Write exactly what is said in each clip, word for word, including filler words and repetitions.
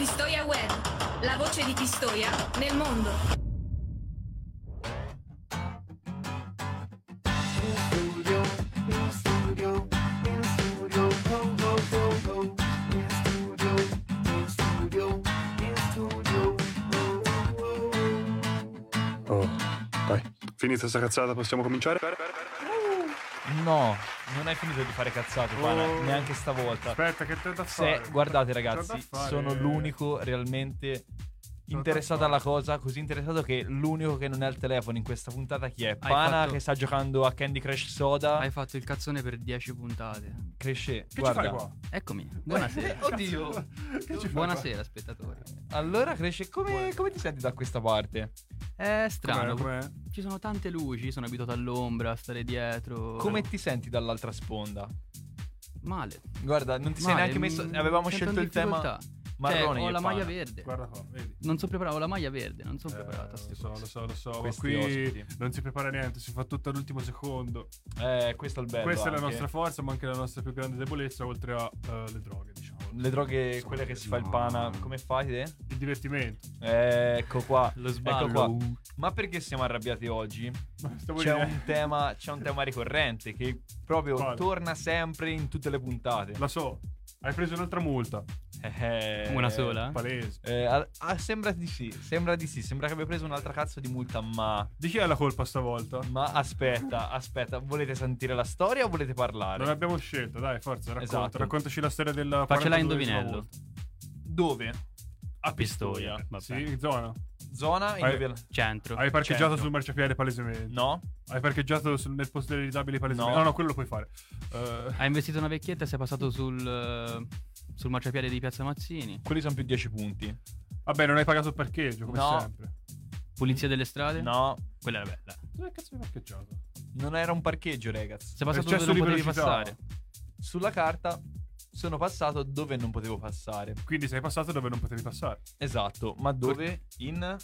Pistoia Web, la voce di Pistoia nel mondo. Oh, dai, finita sta cazzata, possiamo cominciare? No, non hai finito di fare cazzate, Pana, Oh. neanche stavolta. Aspetta, che t'ho da fare? Se, guardate T'ho da ragazzi, fare. sono l'unico realmente da interessato fare. alla cosa, così interessato che l'unico che non è al telefono in questa puntata chi è? Hai Pana fatto- che sta giocando a Candy Crush Soda. Hai fatto il cazzone per dieci puntate. Cresce, Che guarda. ci fai qua? Eccomi, buonasera. Oddio. Che ci fai Buonasera spettatori. Allora Cresce, come, come ti senti da questa parte? È strano, Com'è, com'è? ci sono tante luci, sono abituato all'ombra, a stare dietro. Come ti senti dall'altra sponda? Male. Guarda, non ti sei Male, neanche messo. mm, Avevamo sento scelto in il tema difficoltà. marrone. Cioè, io ho e la maglia Pana. verde. Guarda qua, vedi? Non sono preparato, ho la maglia verde, non sono Eh, preparato a lo ste so, cose. lo so, lo so, ma Questi qui ospiti. non si prepara niente, si fa tutto all'ultimo secondo. Eh, questo è il bello. Questa è la anche. nostra forza, ma anche la nostra più grande debolezza, oltre a eh, le droghe, diciamo. Le droghe, quelle che si fa il Pana, come fai te? Il divertimento. Ecco qua, Lo ecco sballo. qua. Ma perché siamo arrabbiati oggi? Stavo C'è dicendo- un tema, c'è un tema ricorrente che proprio Quale? torna sempre in tutte le puntate. La so, hai preso un'altra multa. Eh, Una sola? Palese. eh, ah, ah, sembra di sì, sembra di sì, sembra che abbia preso un'altra cazzo di multa, ma Di chi è la colpa stavolta? ma aspetta, aspetta, volete sentire la storia o volete parlare? Non abbiamo scelto, dai, forza, racconta. Esatto. Raccontaci la storia della Faccela a quarantaduesima indovinello. volta. Dove? A Pistoia. Pistoia. Vabbè. Sì, in zona. Zona Hai- indovina- Centro. Hai parcheggiato Centro. sul marciapiede palesemente. No? Hai parcheggiato sul- nel posto dei disabili palesemente. No. No, no, quello lo puoi fare. Eh, Hai investito una vecchietta e sei passato sul, eh, sul marciapiede di Piazza Mazzini. Quelli sono più dieci punti. vabbè, non hai pagato il parcheggio, come No. sempre. Pulizia delle strade? No, Quella era bella. Dove cazzo hai parcheggiato? non era un parcheggio, ragazzi. Sei passato Eccesso dove non di potevi velocità. passare. Sulla carta sono passato dove non potevo passare. Quindi sei passato dove non potevi passare. Esatto, ma dove? In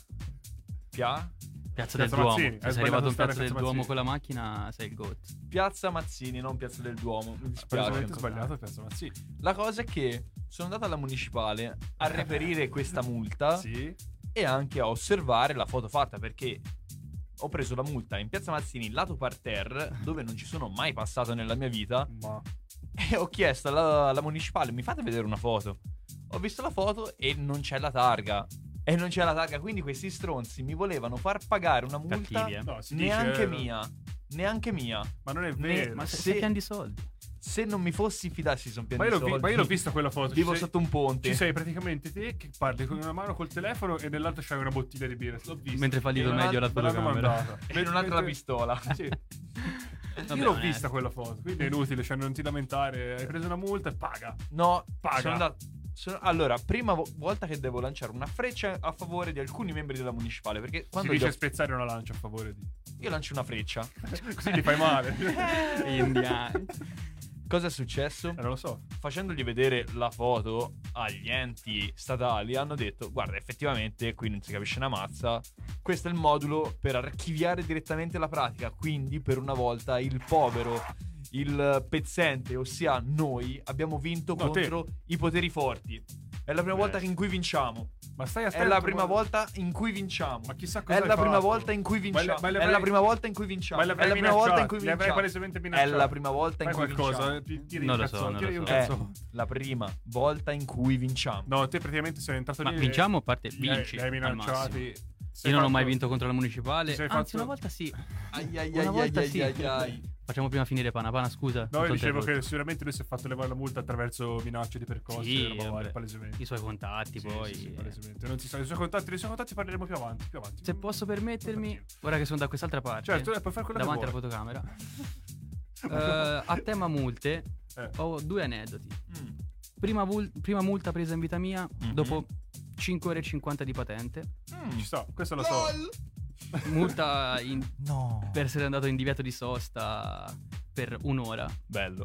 Pia... Piazza, Piazza del Duomo. Mazzini. Hai Se sei sbagliato arrivato in strada, Piazza del Piazza Duomo Mazzini. con la macchina, sei il GOAT. Piazza Mazzini, non Piazza del Duomo. Mi dispiace. Palesemente sbagliato, Piazza Mazzini. La cosa è che sono andato alla municipale a reperire questa multa Sì. e anche a osservare la foto fatta, perché ho preso la multa in Piazza Mazzini, lato parterre, dove non ci sono mai passato nella mia vita, Ma e ho chiesto alla, alla municipale, mi fate vedere una foto? Ho visto la foto e non c'è la targa. E non c'è la targa, quindi questi stronzi mi volevano far pagare una multa Cattivi, eh. no, si neanche dice- mia. Neanche mia. Ma non è Ne- vero. Ma Ma, se, Se- se pieni di soldi. Se non mi fossi fidato, si sono pieni io l'ho di vi- soldi. ma io l'ho vista quella foto. Vivo Ci sei- sotto un ponte. Ci sei praticamente te che parli con una mano col telefono e nell'altra c'hai una bottiglia di birra. L'ho vista. Mentre fa dito E medio un'altra- la me l'hanno fotocamera. mandata. E in un'altra la Mentre- pistola. Sì. Vabbè, Io l'ho onesto. vista quella foto, quindi è inutile, cioè non ti lamentare. Hai preso una multa e paga. No, Paga. sono andato. sono- allora, prima vo- volta che devo lanciare una freccia a favore di alcuni membri della municipale. Perché Si quando dice io, spezzare una lancia a favore di. io lancio una freccia, Così ti fai male. Gli indiani. cosa è successo? Eh, non lo so. Facendogli vedere la foto agli enti statali, hanno detto: guarda, effettivamente qui non si capisce una mazza. Questo è il modulo per archiviare direttamente la pratica. Quindi, per una volta, il povero, il pezzente, ossia noi, abbiamo vinto No, te. contro i poteri forti. È la prima Beh. volta in cui vinciamo. Ma stai È attento. la prima guarda. volta in cui vinciamo. Ma chissà cosa È hai la prima fatto. volta in cui Ma vinciamo. le- ma le È avrai- la prima volta in cui vinciamo. Ma le È avrai la prima volta in cui minacciate, le avrai vinciamo. palesemente È minacciate. la prima volta in Fai cui qualcosa, vinciamo. eh, ti- tiri Non un lo so, cazzo- non tiri lo un so. È cazzo. la prima volta in cui vinciamo. No, te praticamente sei entrato Ma lì. e- vinciamo a parte li hai- vinci li hai al minacciati. massimo. Sei Io non ho fatto- mai vinto contro la municipale. Ti sei Anzi, fatto- una volta sì. Ai ai Una ai volta ai sì. ai ai. Facciamo prima finire Pana. Pana, scusa. No, non io t'ho dicevo interrotto. che sicuramente lui si è fatto levare la multa attraverso minacce di percosse Sì, e roba varia, vabbè. palesemente. I suoi contatti, Sì, poi. sì, sì, palesemente. Non si sa, i suoi contatti, dei suoi contatti parleremo più avanti, più avanti. Se posso permettermi, ora che sono da quest'altra parte, Certo, eh, puoi fare quello che davanti alla vuoi. fotocamera, eh, a tema multe, Eh. ho due aneddoti. Mm. Prima, vul- prima multa presa in vita mia, Mhm. dopo cinque ore e cinquanta di patente. Mm. Ci sta, questo lo so. Multa in- No. per essere andato in divieto di sosta per un'ora. Bello.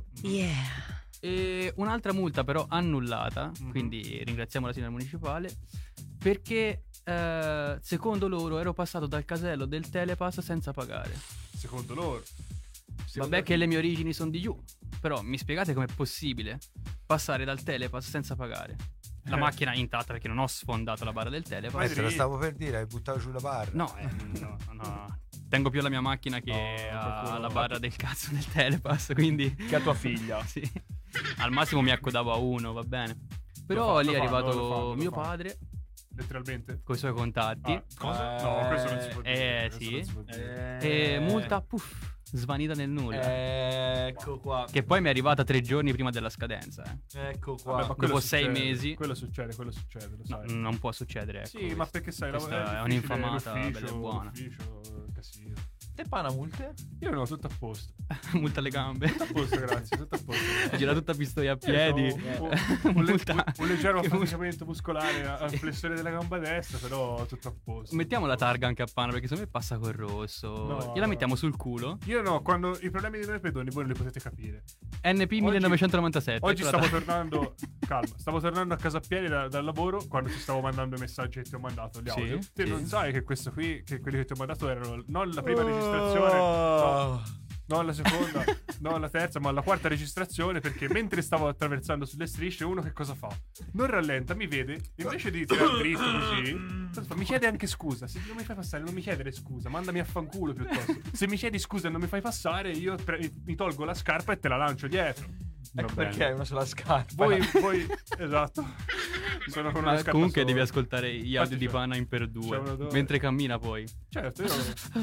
E un'altra multa però annullata, Mhm. quindi ringraziamo la signora municipale, perché eh, secondo loro ero passato dal casello del Telepass senza pagare. Secondo loro. Vabbè che le mie origini sono di giù, però mi spiegate com'è possibile passare dal Telepass senza pagare? La macchina è intatta perché non ho sfondato la barra del Vai telepass. Eh, te lo lì. stavo per dire, hai buttato giù la barra. No, eh, no, no. Tengo più la mia macchina che No, ha qualcuno- la barra del cazzo del telepass, quindi... Che a tua figlia. Sì. Al massimo mi accodavo a uno, va bene. Però fa- lì lo è fa, arrivato lo fa, lo mio fa. padre Letteralmente? con i suoi contatti. Ah, cosa? Eh, no, questo non si può dire. eh, questo sì. non si può dire. E multa, puff, svanita nel nulla. Ecco qua. Che poi mi è arrivata tre giorni prima della scadenza. Eh. Ecco qua. Vabbè, ma quello dopo sei succede, mesi- Quello succede, quello succede, lo No, sai. non può succedere. Ecco, Sì, questo. ma perché sai, Questa la- è difficile, un'infamata l'ufficio, bella e buona. l'ufficio, casino. Te pana multe? Io non ho tutto a posto. Multa alle gambe. Tutto a posto, grazie, tutto a posto. Gira tutta pistoia a piedi. Io c'ho un, un, un, le- Multa. un- un leggero Che affaticamento muscolare al flessore della gamba destra, però tutto a posto. Mettiamo la targa anche a Pana perché secondo me passa col rosso. No. Gliela mettiamo sul culo. Io no, quando i problemi dei miei pedoni voi non li potete capire. N P millenovecentonovantasette. Oggi ecco la stavo targa. tornando, calma, stavo tornando a casa a piedi da- dal lavoro quando ti stavo mandando i messaggi che ti ho mandato, gli Sì, audio. Te sì. non sai che questo qui, che quelli che ti ho mandato erano non la prima registrazione, no, non la seconda, non la terza, ma la quarta registrazione, perché mentre stavo attraversando sulle strisce, uno che cosa fa? Non rallenta, mi vede, invece di tirare dritto così, cosa fa? Mi chiede anche scusa. Se non mi fai passare, non mi chiedere scusa, mandami a fanculo piuttosto. Se mi chiedi scusa e non mi fai passare, io pre- mi tolgo la scarpa e te la lancio dietro. Ecco Va perché bene. hai una sola scarpa. Voi, voi, esatto. Sono con una Ma scarpa comunque sola. devi ascoltare gli audio Infatti di c'è- Pana in per c'è due. un odore. Mentre cammina poi. Certo, io.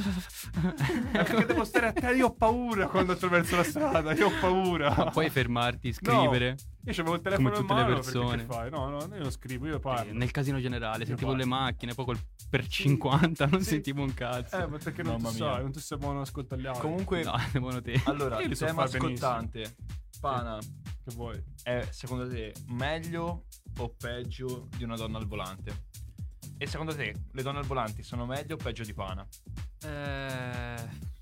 È perché devo stare a te. Io ho paura quando attraverso la strada. Io ho paura. Ma puoi fermarti, scrivere. Io c'avevo il telefono Come in tutte le mano. persone. Perché che fai? No, no, io non scrivo, io parlo. Eh, nel casino generale, sentivo parlo. le macchine, poi col per cinquanta non Sì. sentivo un cazzo. Eh, ma perché non Mamma tu mia. sai, non tu sei buono ad ascoltare gli altri. Comunque, No, devono te. allora, Io li so tema fare benissimo. ascoltante. Pana, Che vuoi? è secondo te meglio o peggio di una donna al volante? E secondo te le donne al volante sono meglio o peggio di Pana? Eh...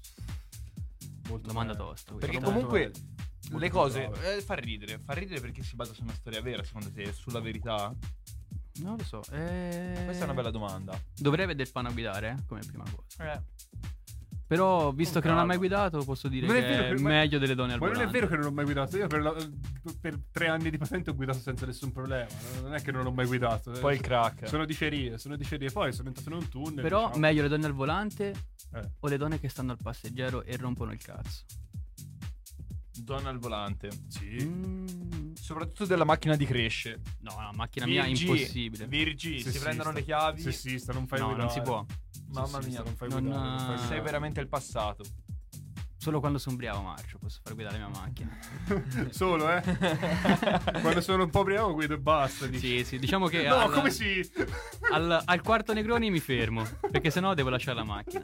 Molto Domanda meglio. tosta. Perché questa. molto comunque Molto le cose bravo. eh, fa ridere, fa ridere perché si basa su una storia vera, secondo te, sulla verità? Non lo so. Eh... Questa è una bella domanda. Dovrei vedere il Pana guidare, eh, come prima cosa. Eh. Però, visto Con che non ha calma. mai guidato, posso dire Non è che vero è che- ma- meglio delle donne al Ma non volante. è vero che non ho mai guidato. Io per, la- per tre anni di patente ho guidato senza nessun problema. Non è che non ho mai guidato. eh. Poi il crack. Sono dicerie, sono dicerie. Poi sono entrato in un tunnel. Però diciamo. meglio le donne al volante Eh. o le donne che stanno al passeggero e rompono il cazzo. Donna al volante. Sì. Mm. Soprattutto della macchina di cresce. No, la macchina mia è Virgi, impossibile. Virgi, si Sessista. prendono le chiavi. Sessista, non fai No, guidare. non si può. Mamma Sessista, mia. non fai Non, guidare. non fai eh, Sei guidare. veramente il passato. Solo quando sono ubriaco marcio posso far guidare la mia macchina. Solo, eh? Quando sono un po' ubriaco guido e basta. dici. Sì, sì, diciamo che No, al, come si? al, al quarto Negroni mi fermo, perché sennò devo lasciare la macchina.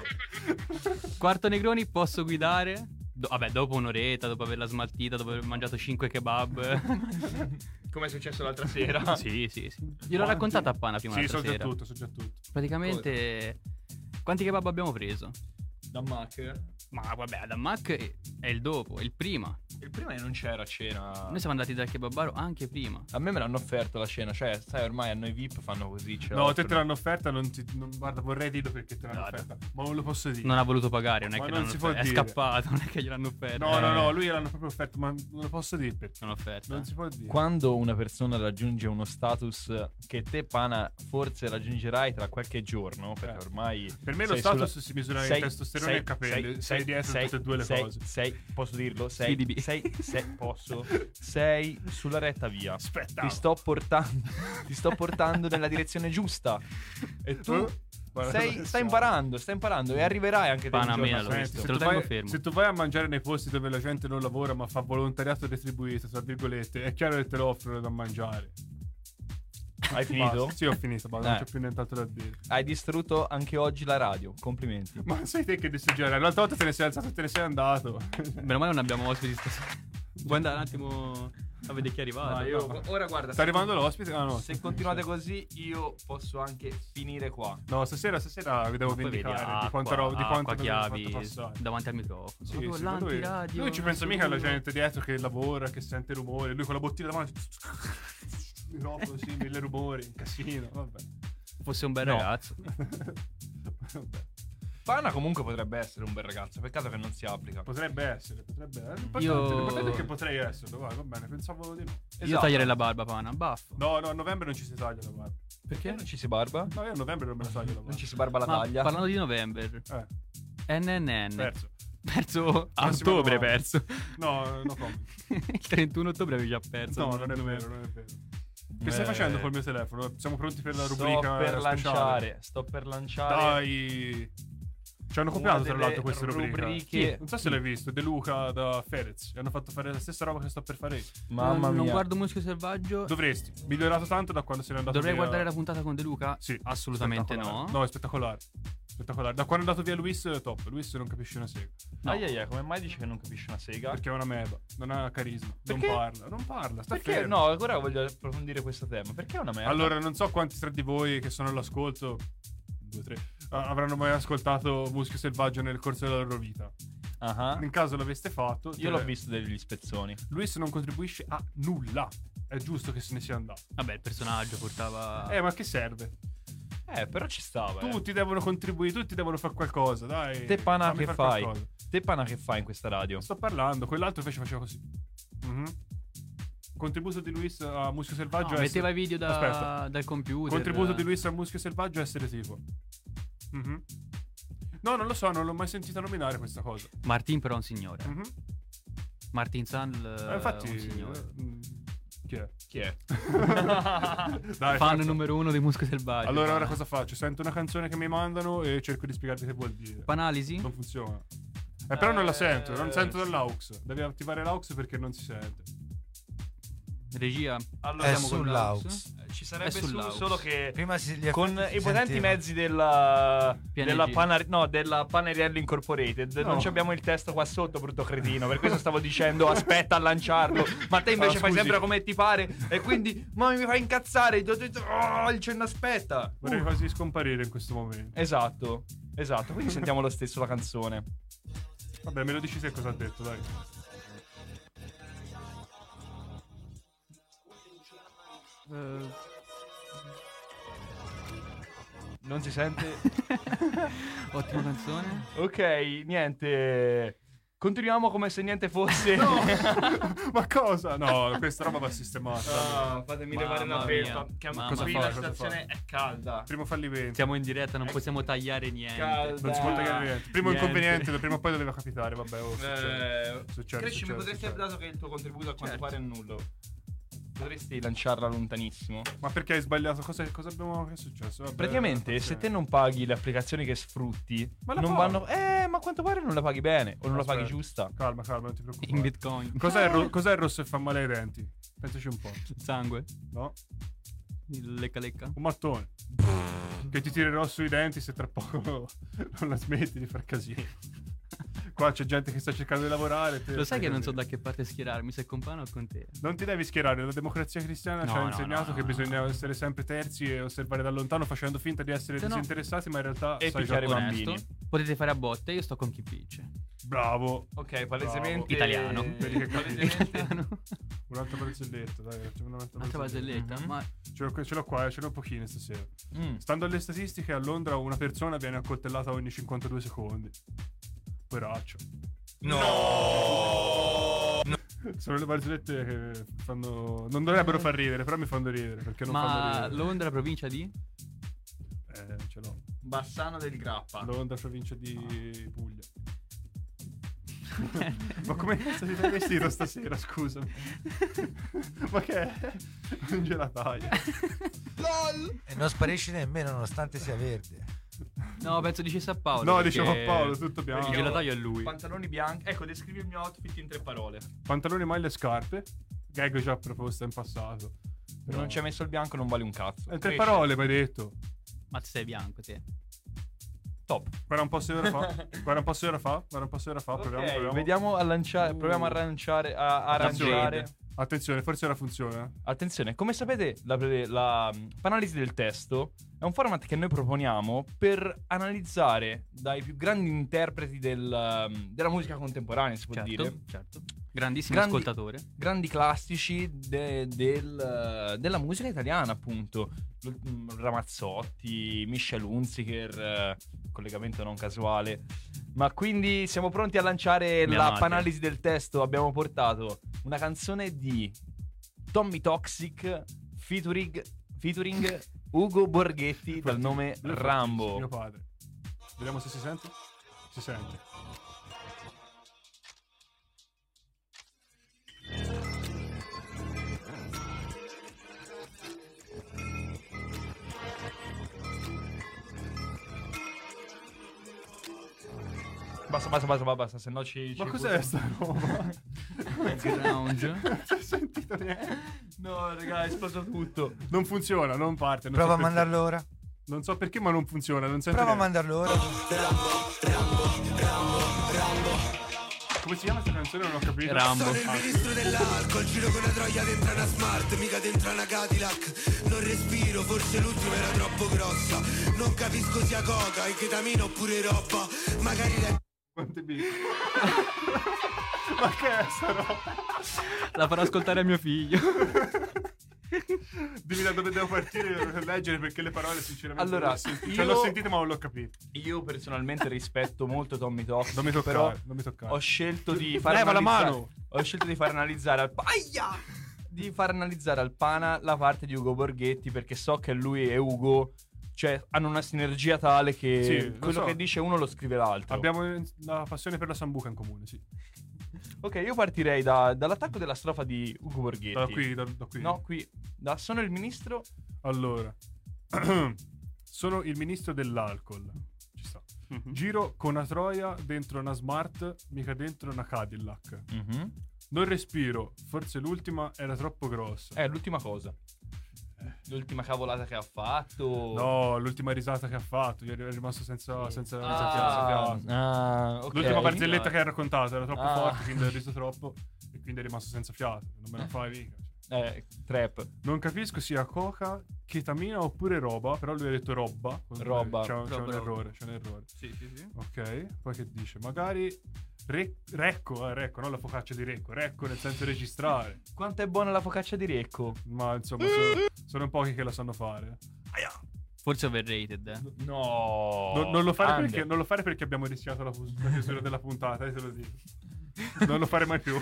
Quarto Negroni posso guidare. Do- vabbè, dopo un'oretta, dopo averla smaltita, dopo aver mangiato cinque kebab. Come è successo l'altra sera. Sì, sì, sì. Gliel'ho raccontata a Pana prima Sì, l'altra so già sera. tutto, so già tutto. Praticamente, quanti kebab abbiamo preso? Da Mac. Ma vabbè, da Mac è- è il dopo, è il prima. Il prima non c'era cena. Noi siamo andati dal kebabaro anche prima. A me me l'hanno offerto la cena. Cioè, sai, ormai a noi V I P fanno così. ce la No, te offrono. te l'hanno offerta, non ti. non- guarda, vorrei dirlo perché te l'hanno No, offerta. Ma non lo posso dire. Non ha voluto pagare, non è Ma che non l'hanno si può offerta. È dire. scappato, non è che gliel'hanno offerto. No, no, Eh. no, lui l'hanno proprio offerto, ma non lo posso dire perché. Non offerta. Non si può dire. Quando una persona raggiunge uno status che te, Pana, forse raggiungerai tra qualche giorno, perché Eh. ormai. Per me lo sei status sulla- si misura in sei- testosterone sei- e capelli. sei- Sei dietro sei- tutte e due le sei- cose. Sei, posso dirlo? Sei, P D B. sei, sei, posso? Sei sulla retta via. Aspetta. Ti sto portando, ti sto portando nella direzione giusta. E tu Eh? Guarda sei- dove stai siamo. imparando, stai imparando e arriverai anche te un Pana, giorno a menalo, Senti, questo. se, te lo tu tengo vai, fermo. se tu vai a mangiare nei posti dove la gente non lavora ma fa volontariato retribuito, tra virgolette, è chiaro che te lo offrono da mangiare. Hai finito? Basta. Sì, ho finito, basta, non Eh. c'è più nient'altro da dire. Hai distrutto anche oggi la radio. Complimenti. Ma sei te che distruggerai? L'altra volta te ne sei alzato e te ne sei andato. Meno male non abbiamo ospiti stasera. Vuoi andare un attimo a vedere chi è arrivato? Ma io, ora guarda, Sta arrivando l'ospite? Ah no. se continuate così io posso anche finire qua. No, stasera, stasera vi devo Poi vedi vendicare di acqua, quanta roba, di quanto acqua, mi avete chiavi fatto passare. davanti al microfono. Sì, Proprio sì, ma lui, l'antiradio. lui ci pensa mica alla assoluto. gente dietro che lavora, che sente rumore. Lui con la bottiglia davanti. Microfono, sì, mille rumori, un casino. Vabbè. Fosse un bel No. ragazzo. Vabbè. Pana comunque potrebbe essere un bel ragazzo, peccato che non si applica. Potrebbe essere, potrebbe essere. L'importante, Io- l'importante è che potrei esserlo, vai, va bene, pensavo di no. Io Esatto. taglierei la barba, Pana, baffo. No, no, a novembre non ci si taglia la barba. Perché non ci si barba? No, io a novembre non me la taglio la barba. Non ci si barba la Ma taglia? parlando di novembre, Eh, N N N. perso. Perso a Prossimo ottobre, novembre. perso. No, no come. Il trentuno ottobre avevi già perso. No, non è vero, non è vero. Che stai Eh, facendo col mio telefono? Siamo pronti per la Sto rubrica per speciale. lanciare, sto per lanciare. Dai. Ci hanno Una copiato tra delle l'altro queste rubriche. rubriche- Non so se l'hai visto, De Luca da Fedez. Gli hanno fatto fare la stessa roba che sto per fare io. Mamma non, mia. non guardo Muschio Selvaggio. Dovresti. Migliorato tanto da quando se n'è andato Dovrei via. guardare la puntata con De Luca? Sì. Assolutamente spettacolare. no. No, è spettacolare. Spettacolare. Da quando è andato via Luis, top. Luis non capisce una sega. No. Ai ai ai, come mai dici che non capisce una sega? Perché è una merda. Non ha carisma. Perché? Non parla. Non parla. Sta Perché? fermo. No, ora voglio approfondire questo tema. Perché è una merda? Allora, non so quanti tra di voi che sono all'ascolto, due, tre, ah, avranno mai ascoltato Muschio Selvaggio nel corso della loro vita. Ah, In caso l'aveste fatto, io l'ho visto degli spezzoni. Luis non contribuisce a nulla. È giusto che se ne sia andato. Vabbè, il personaggio portava... Eh, ma che serve? Eh, però ci stava. eh. Tutti devono contribuire, tutti devono fare qualcosa, dai. Te pana fammi che far fai? qualcosa. Te pana che fai in questa radio? Sto parlando, quell'altro invece faceva così. Mhm. Contributo di Luis a Muschio Selvaggio. No, è metteva i essere- video da- Aspetta. dal computer. Contributo di Luis a Muschio Selvaggio è essere tipo. Mhm. No, non lo so, non l'ho mai sentita nominare questa cosa. Martin però è un signore. Mhm. Martin San Eh, infatti, un signore. eh, mm, chi è? Chi è? Dai, Fan forza. numero uno di Muschio Selvaggio. Allora, Pana. ora cosa faccio? Sento una canzone che mi mandano e cerco di spiegarvi che vuol dire. Panalisi? Non funziona. Eh, però non la sento, non Eh, sento dall'aux. Devi attivare l'aux perché non si sente. Regia? Allora, È siamo con sull'aux. l'aux. Eh, ci sarebbe È su, sull'aux. solo che Prima si, gli con effetti i si potenti sentiva. mezzi della P N G. della, Pana- no, della Paneriello Incorporated No. non ci abbiamo il testo qua sotto, brutto cretino. Per questo stavo dicendo aspetta a lanciarlo, ma te invece Ah, fai scusi. sempre come ti pare e quindi ma mi fai incazzare. Ti ho detto, oh, il cenno aspetta. Vorrei Uh. quasi scomparire in questo momento. Esatto, esatto. Quindi sentiamo lo stesso la canzone. Vabbè, me lo dici se cosa ha detto, dai. Eh, Non si sente? ottima canzone. Ok, niente. Continuiamo come se niente fosse. Ma cosa? No, questa roba va sistemata. Ah, fatemi Mamma levare una mia. felpa. Che Mamma Cosa qui fai? la Cosa situazione è calda. Primo fallimento. Siamo in diretta, non possiamo tagliare niente. Calda. Non si può tagliare niente. Primo Niente. inconveniente, prima o poi doveva capitare. Vabbè, oh, succede. Eh, Succede, Cresci, mi succede, potresti succede. aver dato che il tuo contributo a quanto Certo. pare è nullo. Potresti lanciarla lontanissimo. Ma perché hai sbagliato? Cosa, cosa abbiamo. Che è successo? Vabbè, Praticamente, eh, se te non paghi le applicazioni che sfrutti, Ma la non pago. vanno. Eh, ma a quanto pare non la paghi bene. O non la paghi Aspetta. giusta. Calma, calma, non ti preoccupare. In bitcoin. Cos'è il, ro- cos'è il rosso e fa male ai denti? Pensaci un po'. Il sangue. No? Il lecca lecca. Un mattone. Che ti tirerò sui denti se tra poco non la smetti di far casino. Qua c'è gente che sta cercando di lavorare. te Lo sai fai che non so casino. da che parte schierarmi, se con Pana o con te. Non ti devi schierare, la democrazia cristiana No, ci ha no, insegnato no, che no, bisogna no. essere sempre terzi e osservare da lontano facendo finta di essere Se no- disinteressati, ma in realtà E sai già picchiare i come- bambini. Onesto. Potete fare a botte, io sto con chi vince. Bravo. Ok, palesemente. Italiano. Vedi che capisci. Italiano. Un'altra barzelletta, dai. facciamo un'altra Un'altra barzelletta. barzelletta. Mhm. Ma Ce l'ho, ce l'ho qua, eh, ce l'ho pochine stasera. Mm. Stando alle statistiche, a Londra una persona viene accoltellata ogni cinquantadue secondi. Poraccio. No! Sono le barzellette che fanno. Non dovrebbero far ridere, però mi fanno ridere. Perché non fanno Ma ridere. Londra, provincia di? Eh, ce l'ho. Bassano del Grappa. Londra, provincia di Puglia. Ma come cazzo ti sei vestito stasera, scusami? Ma che è? Un gelataio. E non sparisci nemmeno nonostante sia verde. No, penso dicesse a Paolo. No, perché dicevo a Paolo, tutto bianco. Il gelataio è lui. Pantaloni bianchi. Ecco, descrivi il mio outfit in tre parole. Pantaloni, maglie e scarpe. Gag già proposta in passato. Però- Non ci hai messo il bianco, non vale un cazzo. Eh, tre Cresci. parole, mi hai detto. Ma tu sei bianco, te. Top. Guarda un po' se ora fa. Guarda un po' se ora fa. Guarda un po' se ora fa. Proviamo, Ok, proviamo. vediamo a lanciare. Uh. Proviamo a lanciare. A, a Attenzione. arrangiare. Attenzione, forse ora funziona. Attenzione, come sapete, la, la mm, Panalisi del testo è un format che noi proponiamo per analizzare dai più grandi interpreti del, mm, della musica contemporanea, si può Certo, dire. certo. Grandissimo grandi, ascoltatore. grandi classici de- del- della musica italiana, appunto. L- Ramazzotti, Michel Hunziker, eh, collegamento non casuale. Ma quindi siamo pronti a lanciare Mia la madre. panalisi del testo. Abbiamo portato una canzone di Tommy Toxic featuring, featuring Ugo Borghetti dal nome Lui è Rambo. fortissimo, mio padre. Vediamo se si sente. Si sente. Basta, basta, basta, basta, se no ci... Ma ci cos'è sta roba? Background. Non si è sentito niente. No, raga, è esploso tutto. Non funziona, non parte. Non Prova so a perché. mandarlo ora. Non so perché, ma non funziona. Non sento Prova a niente. mandarlo ora. Come si chiama questa canzone? Non ho capito. Rambo. Sono il ministro dell'alcol, giro con una troia dentro una smart, mica dentro una Cadillac. Non respiro, forse l'ultima era troppo grossa. Non capisco sia coca, e ketamina oppure roba. Magari la... Quante bip. Ma che è sta roba? La farò ascoltare a mio figlio. Dimmi da dove devo partire per leggere, perché le parole sinceramente Allora, non le ho sentite. io- Cioè, l'ho sentite ma non l'ho capito. Io personalmente rispetto molto Tommy Toxic. Non mi toccare, però non mi toccare. ho scelto di far Leva la analizzare- mano. Ho scelto di far analizzare al Aia! Di far analizzare al Pana la parte di Ugo Borghetti, perché so che lui e Ugo, cioè, hanno una sinergia tale che Sì, lo quello so. che dice uno lo scrive l'altro. Abbiamo la passione per la sambuca in comune, sì. Ok, io partirei da- dall'attacco della strofa di Ugo Borghetti. Da qui, da, da qui. No, qui. Da sono il ministro. Allora. Sono il ministro dell'alcol. Ci sta. Mhm. Giro con una troia dentro una smart, mica dentro una Cadillac. Mhm. Non respiro, forse l'ultima era troppo grossa. È l'ultima cosa. L'ultima cavolata che ha fatto. No, l'ultima risata che ha fatto. Ieri è rimasto senza, senza, senza Ah, fiato. ah, ok. L'ultima barzelletta che hai raccontato era troppo Ah. forte, quindi hai riso troppo e quindi è rimasto senza fiato. Non me la fai mica. cioè. Eh, trap. Non capisco sia coca, ketamina oppure roba, però lui ha detto roba. Roba. C'è, un- c'è Roba, un roba. errore, c'è un errore. Sì, sì, sì. Ok, poi che dice? Magari re- Recco, eh, Recco, non la focaccia di Recco, Recco nel senso registrare. Quanto è buona la focaccia di Recco? Ma insomma, sono, sono pochi che la sanno fare. Forse overrated, eh. No. Non, non lo fare Under. perché, non lo fare perché abbiamo rischiato la, fus- la chiusura della puntata, eh, te lo dico. Non lo fare mai più.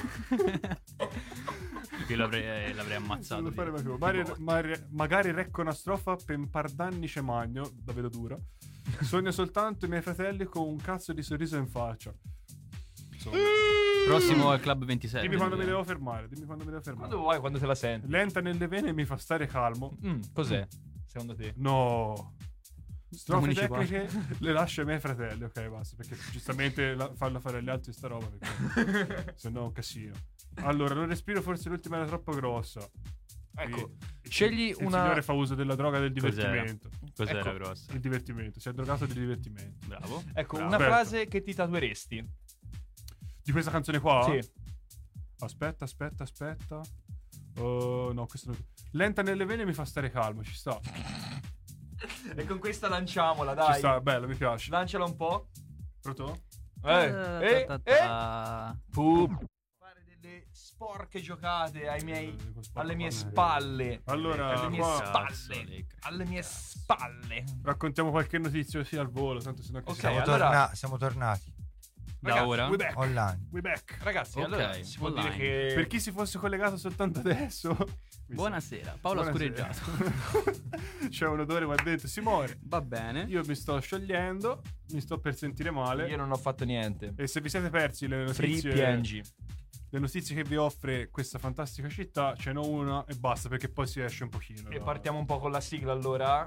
Io l'avrei, l'avrei ammazzato. Non lo fare mai più. di- Magari, di botte. magari, magari recco una strofa per un par d'anni ce magno, la vedo dura. Sogno soltanto i miei fratelli con un cazzo di sorriso in faccia. Insomma. Prossimo al Club ventisette. Dimmi quando mi devo fermare, dimmi quando mi devo fermare. Quando vuoi, quando te la senti. Lenta nelle vene mi fa stare calmo. Mm, cos'è? Secondo te? No. Strofe Municipale. tecniche le lascio ai miei fratelli, ok, basta, perché giustamente la, farlo fare agli altri sta roba, perché se no è un casino. Allora, non respiro, forse l'ultima era troppo grossa. Ecco, Qui- scegli il una- signore fa uso della droga del Cos'era? divertimento. Cos'era Ecco. grossa? Il divertimento, si è drogato del divertimento. Bravo. Ecco, Bravo. una Certo. frase che ti tatueresti. Di questa canzone qua? Sì. Aspetta, aspetta, aspetta. Oh, no, questo non... Lenta nelle vene mi fa stare calmo, ci sta. E con questa lanciamola, Ci dai. sta, bello, mi piace. Lanciala un po'. Pronto? Eh, eh, Ta- ta- eh. ta- Pup. Fare delle sporche giocate ai miei, Eh, con sporco alle mie fanno- spalle. Allora, alle mie qua- spalle. Cazzo, Alle mie spalle. Raccontiamo qualche notizia sia al volo, tanto sennò che Ok, si- Siamo, allora- torna- siamo tornati Da Ragazzi, ora? We back. online. We back. Ragazzi, Ok, allora si può online. dire che Per chi si fosse collegato soltanto adesso, mi Buonasera, Paolo ha Buonasera. scureggiato. C'è un odore qua dentro, si muore. Va bene. Io mi sto sciogliendo, mi sto per sentire male. io non ho fatto niente. E se vi siete persi le Free notizie, P N G. le notizie che vi offre questa fantastica città, ce n'ho una e basta, perché poi si esce un pochino. E no? partiamo un po' con la sigla allora.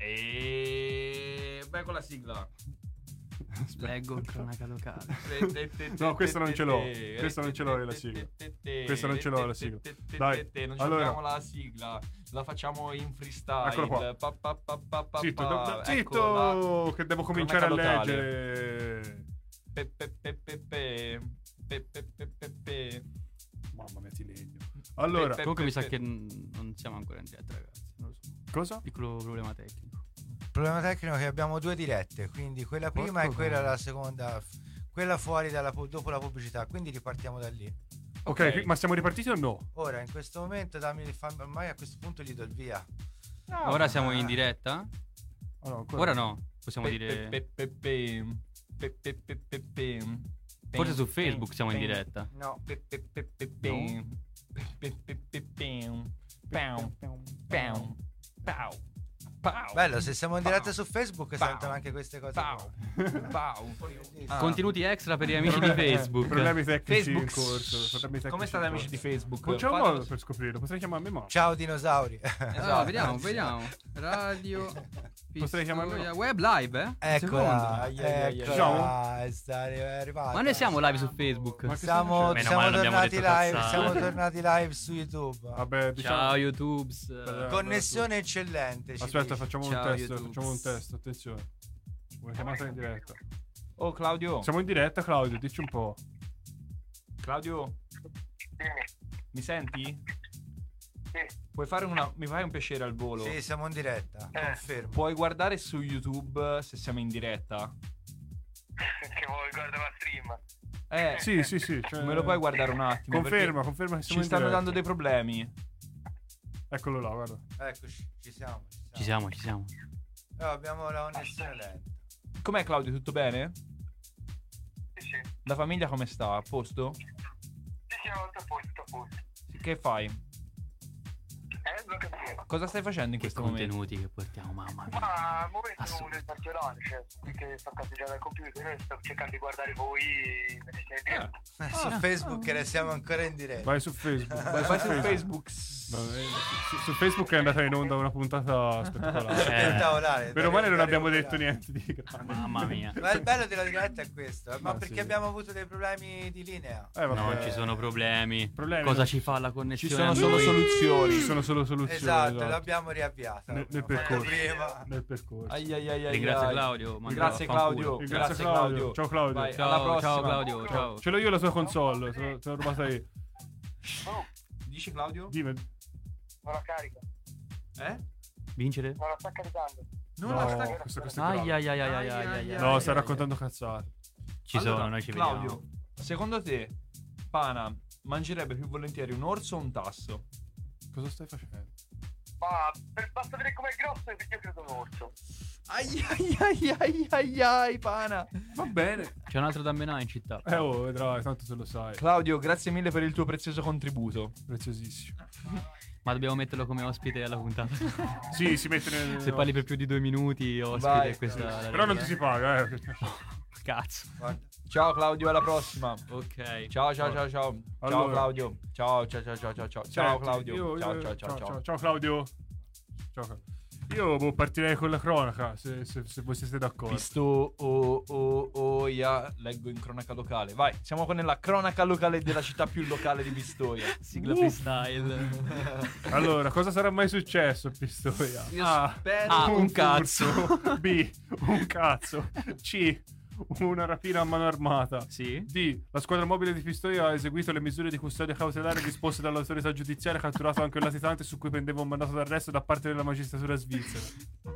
E vai con la sigla. Leggo il cronaca locale. No, questa non ce l'ho. Questa non ce l'ho io la sigla. Questa non ce l'ho la sigla. Dai, non allora. giochiamo la sigla. La facciamo in freestyle. Eccolo qua. Pa, pa, pa, pa, pa, Zitto, pa. do- do- Ecco zitto, che devo cominciare a cronaca locale. leggere. Pe, pe, pe, pe, pe. Pe, pe, pe, pe, pe. Mamma mia, ti legno. Allora, Pe- Comunque mi sa pe- che n- non siamo ancora in diretta, ragazzi. Non lo so. cosa? Piccolo problema tecnico. Il problema tecnico è che abbiamo due dirette, quindi quella prima Porco e quella cane. la seconda, quella fuori dalla pu- dopo la pubblicità, quindi ripartiamo da lì. Ok, Ok. qui- ma siamo ripartiti o no? Ora, in questo momento, dammi il fan- ormai a questo punto gli do il via. Ora siamo in diretta? Oh, no, ancora Ora no, possiamo Pe- dire... pe- pe- pe- pe- pe- pe- pe- pe- Forse su pe- Facebook siamo in pe- diretta. No. pe- pe- pe- pe- pe- pe- pe- pe- pe- Pow. Pow. Pow. Pow. Bello, se siamo in diretta Pow. su Facebook Pow. sentono anche queste cose. Pow. Pow. Ah. Contenuti extra per gli amici di Facebook. Problemi tecnici in Facebook. corso. Problemi tecnici Come state in amici di corso. Facebook? Non c'è un Fatelo- modo per scoprirlo, potrei chiamarmi mamma. Ciao dinosauri. Allora, Esatto. vediamo, vediamo. Radio Potrei chiamarlo- Pistoia Web live, eh? Eccola, Ai, ai, ai, eccola, è sta- è arrivata. Ma noi siamo live su Facebook. Ma che Siamo, Meno siamo male non abbiamo tornati detto live, cazzate. siamo tornati live su YouTube. Vabbè, diciamo... Ciao YouTube. Beh, Connessione eccellente. ci Aspetta, dice. facciamo un Ciao, test, YouTube. facciamo un test, attenzione. Una chiamata in diretta. Oh Claudio. Siamo in diretta, Claudio, dici un po'. Claudio. Mi senti? Puoi fare una. Mi fai un piacere al volo? Sì, siamo in diretta, confermo. Puoi guardare su YouTube se siamo in diretta? Che vuoi guardare la stream? Eh, Sì, sì, sì. Cioè... me lo puoi guardare un attimo? Conferma, perché conferma che Ci siamo in stanno diretta. dando dei problemi. Eccolo là, guarda. Eccoci, ci siamo. Ci siamo, ci siamo. No, abbiamo la connessione lenta. Com'è Claudio? Tutto bene? Sì, sì. La famiglia come sta? A posto? Sì, sì, ho tutto a posto, tutto a posto. Sì, che fai? Eh, non capivo. Cosa stai facendo in Che questo momento? contenuti che portiamo, mamma mia. Ma al momento Assurdo. nel particolare, cioè, perché sto cazzeggiando al computer e sto cercando di guardare voi mentre siete in diretta. Eh, Su Facebook ne siamo ancora in diretta. Vai su Facebook. Vai, Vai su Facebook. No, eh, su, su Facebook è andata in onda una puntata spettacolare. Eh. Spettacolare. Meno male non da abbiamo recuperare. detto niente di grande. Mamma mia. Ma il bello della diretta è questo, eh, ma Ma perché sì. abbiamo avuto dei problemi di linea. Eh, vabbè. Non ci sono problemi. Problemi Cosa non- ci fa la Ci connessione? sono a solo noi? soluzioni. Ci sono solo soluzioni. Esatto, esatto. l'abbiamo riavviata. Nel, nel L'abbiamo fatto percorso. prima. Nel percorso. Ai, ai, ai, ai, Ringrazio ai. Claudio, manda Grazie a fanculo. Claudio. Ringrazio Grazie Claudio. Claudio. Ciao, Claudio. Vai, alla Ciao, prossima. ciao Claudio, ciao. Ce l'ho io la sua console, te l'ho- te l'ho rubata io. Oh, Dici Claudio? Dimmi. non la carica, Eh? Vincere? non la sta caricando. Non No, la sta... questo, questo è Ai grave. ai ai ai ai ai ai ai. No, stai raccontando cazzate. Ci Allora, sono, noi ci Claudio, vediamo. secondo te Pana mangerebbe più volentieri un orso o un tasso? Cosa stai facendo? Ma per, basta vedere com'è grosso perché io credo un orso. Ai ai ai ai ai ai Pana. Va bene. C'è un altro da menare in città. Eh, oh, vedrai, tanto te lo sai. Claudio, grazie mille per il tuo prezioso contributo. Preziosissimo. Ma dobbiamo metterlo come ospite alla puntata. Sì, si mette nel... Se parli per più di due minuti, ospite, Vai. questa è la Però non regola. ti si paga, eh. Cazzo. Guarda. Ciao Claudio, alla prossima. Ok. Ciao ciao ciao ciao. Ciao Allora. Claudio. Ciao ciao ciao ciao ciao ciao. Ciao Senti, Claudio. io- Ciao io- ciao ciao ciao. Ciao Claudio. Ciao. Claudio. Io boh, partirei con la cronaca, se, se, se voi siete d'accordo. Visto o o o ya, leggo in cronaca locale. Vai, siamo con nella cronaca locale della città più locale di Pistoia. Sigla freestyle. Allora, cosa sarà mai successo a Pistoia? Io A. spero Ah, un furto. cazzo. B. Un cazzo. C. Una rapina a mano armata. Sì. D. La squadra mobile di Pistoia ha eseguito le misure di custodia cautelare disposte dall'autorità giudiziaria, catturato anche un latitante su cui pendeva un mandato d'arresto da parte della magistratura svizzera.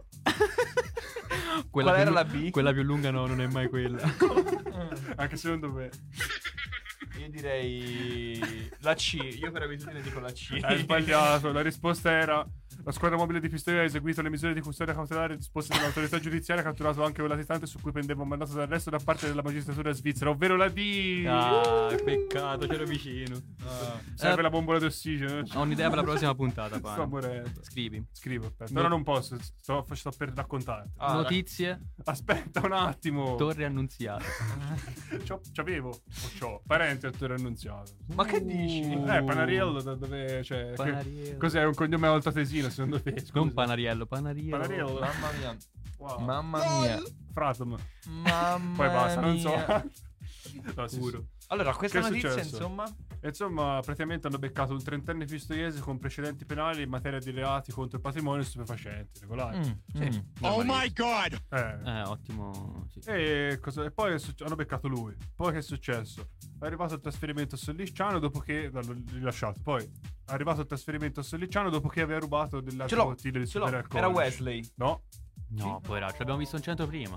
Quella Qual più era lu- la B? Quella più lunga no, non è mai quella. Anche secondo me. Io direi la C. Io per abitudine dico la C. Hai sbagliato. La risposta era: la squadra mobile di Pistoia ha eseguito le misure di custodia cautelare disposte dall'autorità giudiziaria, catturato anche un latitante su cui pendeva un mandato d'arresto da parte della magistratura svizzera, ovvero la D. Ah, peccato, c'ero vicino. Serve Eh, la bombola d'ossigeno. Ho un'idea per la prossima puntata, Sto Pana. morendo. Scrivi. Scrivo, aspetta. No. Ora non posso, sto, sto per raccontarti. Ah, Notizie, Aspetta un attimo. Torre Annunziata. C'ho- C'avevo, o c'ho, parente a Torre Annunziato. Ma che dici? Eh, Panariello, da dove, cioè, che- Panariello. cos'è, un cognome altoatesino secondo te? Scusa. Non Panariello, Panariello. Panariello. Mamma mia. Wow. Mamma mia. Fratum. Mamma Poi basta, non so. mia. No, sì, Puro. sì. Allora, questa Che è notizia, successo? insomma, E insomma, praticamente hanno beccato un trentenne pistoiese con precedenti penali in materia di reati contro il patrimonio e stupefacenti, regolari. mm, mm. Oh my god! Eh. Eh, ottimo. Sì. E, cosa- e poi è succe- hanno beccato lui. Poi che è successo? È arrivato il trasferimento a Sollicciano dopo che l'hanno rilasciato. Poi è arrivato il trasferimento a Sollicciano dopo che aveva rubato delle Ce altre l'ho, bottiglie di ce l'ho. superalcolici. Era Wesley. No. No, poveraccio, l'abbiamo visto in centro prima.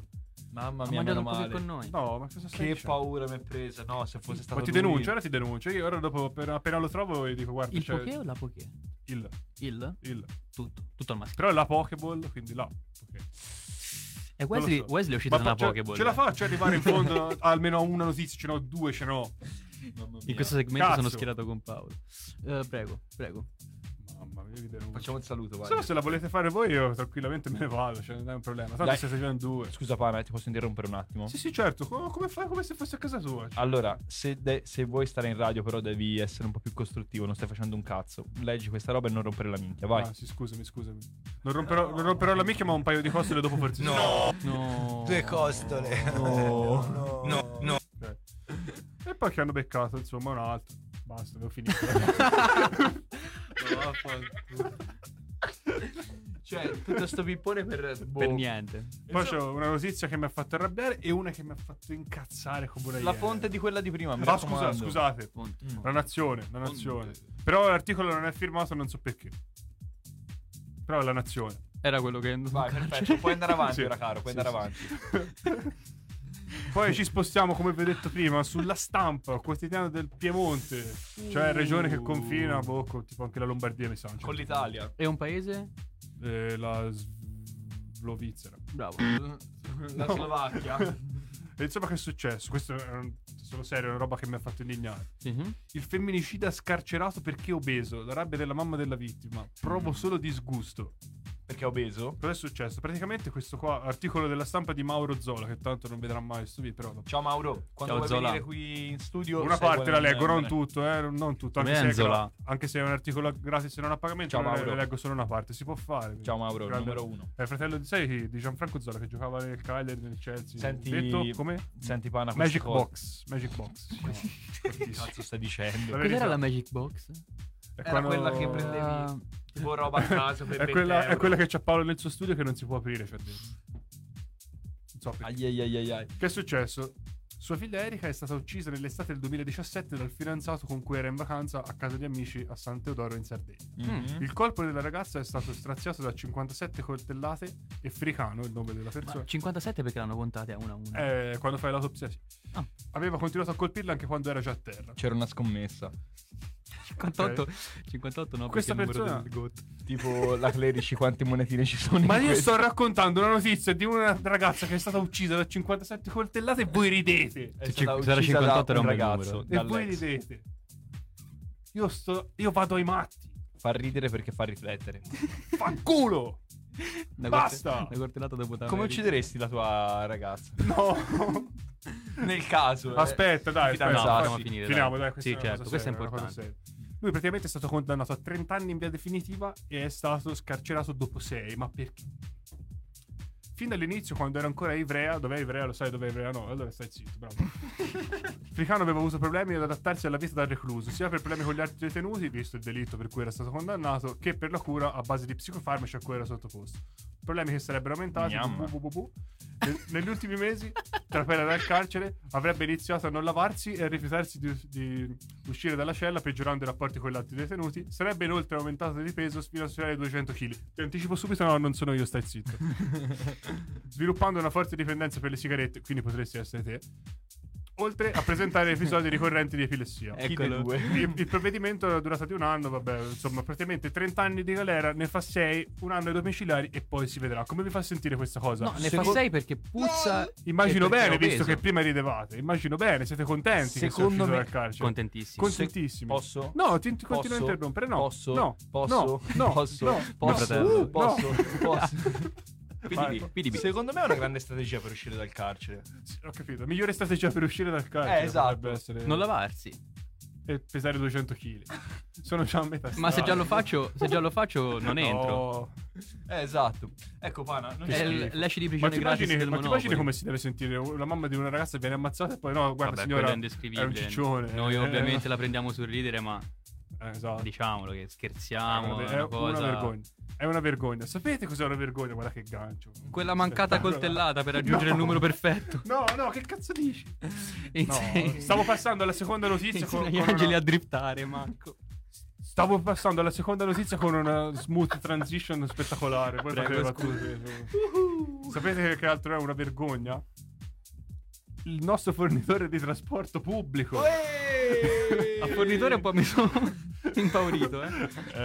Mamma Ha mia, mangiato meno un po' male. con noi. No, ma cosa stai Che dicendo? paura mi è presa. No, se fosse stato Ma ti lui- denuncio, ora ti denuncio. Io ora dopo, appena, appena lo trovo, gli dico, guarda, Il c'è poké o la poké? il, Il? il. Tutto. Tutto al maschio. Però è la Pokéball, quindi là. ok. E Wesley, Non lo so. Wesley è uscito da Ma una fa- ce- Pokéball. Ce la eh. faccio arrivare in fondo a- almeno a una notizia, ce n'ho due, ce n'ho. Mamma mia. In questo segmento Cazzo. sono schierato con Paolo. Eh, prego, prego. Mamma mia, vi denuncio. Facciamo il saluto, vai. Se no, se la volete fare voi, io tranquillamente me ne vado, cioè non è un problema. Tanto Dai. siete già in due. Scusa, Pana, ti posso interrompere un attimo? Sì, sì, certo. Co- come fai? Come se fosse a casa tua. cioè. Allora, se, de- se vuoi stare in radio, però devi essere un po' più costruttivo, non stai facendo un cazzo. Leggi questa roba e non rompere la minchia, vai. Ah, sì, scusami, scusami. Non romperò, non romperò la minchia, ma un paio di costole dopo forse. No, No. due costole. No. no, no, no. Ok. E poi che hanno beccato, insomma, un altro. Basta, avevo finito. Cioè, tutto sto pippone per... boh. Per niente. Poi c'ho una notizia che mi ha fatto arrabbiare e una che mi ha fatto incazzare come una La iena. fonte di quella di prima, mi Ah, scusa, raccomando. scusate. Fonte. Mm. La nazione, la nazione. Però l'articolo non è firmato, non so perché. Però è la nazione. Era quello che... Vai, perfetto, puoi andare avanti Sì. ora, caro, puoi Sì, andare sì. avanti. Poi ci spostiamo, come vi ho detto prima, sulla Stampa, quotidiano del Piemonte. Cioè regione che confina, boh, con- tipo anche la Lombardia, mi sa. a un certo Con l'Italia. È un paese? punto. Eh, la Slovizzera. Bravo. La Slovacchia. E insomma che è successo? Questo è un, sono serio, è una roba che mi ha fatto indignare. Mhm. Il femminicida scarcerato perché obeso. La rabbia della mamma della vittima. Provo solo disgusto. Perché è obeso? Cosa è successo? Praticamente questo qua, articolo della Stampa di Mauro Zola, che tanto non vedrà mai questo video, però... Ciao Mauro, quando Ciao, vuoi Zola. venire qui in studio... Una sai parte la qual è il leggo, non numero. tutto, eh, non tutto, anche Come se, è Enzola. gra- anche se è un articolo gratis e non a pagamento, Ciao, non Mauro. le leggo solo una parte, si può fare. Ciao Mauro, il Grande- numero uno. È il fratello di, sai, di Gianfranco Zola che giocava nel Cagliari, nel Chelsea. Senti- Detto come? Senti, Pana, queste Magic cose- Box. Magic Box. si chiama. Che Fortissimo. cazzo stai dicendo? La Cos'era verità. la Magic Box? È Era quando- quella che prendevi Ah, tipo roba a caso per È quella, venti è euro. quella che c'ha Paolo nel suo studio che non si può aprire, c'è dentro. Non so perché. Ai ai ai ai ai. Che è successo? Sua figlia Erika è stata uccisa nell'estate del duemiladiciassette dal fidanzato con cui era in vacanza a casa di amici a San Teodoro in Sardegna. Mhm. Il colpo della ragazza è stato straziato da cinquantasette coltellate e Fricano, il nome della persona. ma cinquantasette perché l'hanno contate a uno a uno. Eh, quando fai l'autopsia, sì. Ah. Aveva continuato a colpirla anche quando era già a terra. C'era una scommessa. cinquantotto, cinquantotto no, Questa perché è il numero persona- del GOAT. Tipo la Clerici, quante monetine ci sono Ma in io questo? sto raccontando una notizia di una ragazza che è stata uccisa da cinquantasette coltellate e voi ridete. È Se stata ci- se era uccisa da cinquantotto era un un bel ragazzo, numero. E voi dall'ex. ridete. Io sto. Io vado ai matti. Fa ridere perché fa riflettere. Fanculo! Una Basta! corte- Una cortellata dopo Tameri. Come uccideresti la tua ragazza? No! Nel caso. eh. Aspetta, dai, Fidanzati. aspetta, Facciamo sì, finire, finiamo, dai. dai, questa Sì, è una certo, cosa questo è seria, una cosa importante. seria. Lui praticamente è stato condannato a trenta anni in via definitiva e è stato scarcerato dopo sei. Ma perché? Fin dall'inizio, quando era ancora a Ivrea, dov'è Ivrea? Lo sai dov'è Ivrea? No, allora stai zitto, bravo. Fricano aveva avuto problemi ad adattarsi alla vita da recluso, sia per problemi con gli altri detenuti, visto il delitto per cui era stato condannato, che per la cura a base di psicofarmaci a cui era sottoposto. Problemi che sarebbero aumentati. Miam. bu- bu- bu- bu. Ne- Negli ultimi mesi, tra pena dal carcere, avrebbe iniziato a non lavarsi e a rifiutarsi di, di uscire dalla cella, peggiorando i rapporti con gli altri detenuti. Sarebbe inoltre aumentato di peso fino a superare i duecento chili. Ti anticipo subito, no, non sono io, stai zitto. Sviluppando una forte dipendenza per le sigarette, quindi potresti essere te. Oltre a presentare episodi ricorrenti di epilessia. Chi Eccolo. dei due? Il, il provvedimento è durato di un anno, vabbè, insomma, praticamente trenta anni di galera, ne fa sei, un anno ai domiciliari e poi si vedrà. Come vi fa sentire questa cosa? No, ne Secondo- fa sei perché puzza. Immagino e perché bene, è visto obeso. che prima ridevate. Immagino bene, siete contenti che sia Secondo uscito me- dal carcere. Contentissimi. Contentissimi. Posso? No, ti, ti continuo a Posso? interrompere. No, Posso? no, Posso? no, no, Posso? no, Posso? no, fratello. uh, Posso? no. Posso? Vai. P D B. Secondo me è una grande strategia per uscire dal carcere. Sì, ho capito. Migliore strategia per uscire dal carcere Eh, esatto. potrebbe essere Non lavarsi. e pesare duecento chili. Sono già a metà Ma se strada. già lo faccio, se già lo faccio non entro. No. Eh, esatto. Ecco, Pana, non Che È è schifo. l- l'esci di Ma prigione ti gratis immagini, del ma ti Monopoli. immagini come si deve sentire la mamma di una ragazza che viene ammazzata e poi no, guarda Vabbè, signora, quello è è indescrivibile. un ciccione. Noi eh, ovviamente la prendiamo sul ridere, ma eh, esatto. diciamolo che scherziamo. è È una, una cosa... una vergogna. È una vergogna. Sapete cos'è una vergogna? Guarda che gancio. Quella mancata coltellata per raggiungere No. il numero perfetto. No, no, che cazzo dici? No, Insegna- stavo passando alla seconda notizia con, insegna con gli angeli una- a driftare, Marco. Stavo passando alla seconda notizia con una smooth transition spettacolare. Poi Prego, fate le battute. Sapete che altro è una vergogna? Il nostro fornitore di trasporto pubblico. A fornitore un po' mi sono impaurito, eh.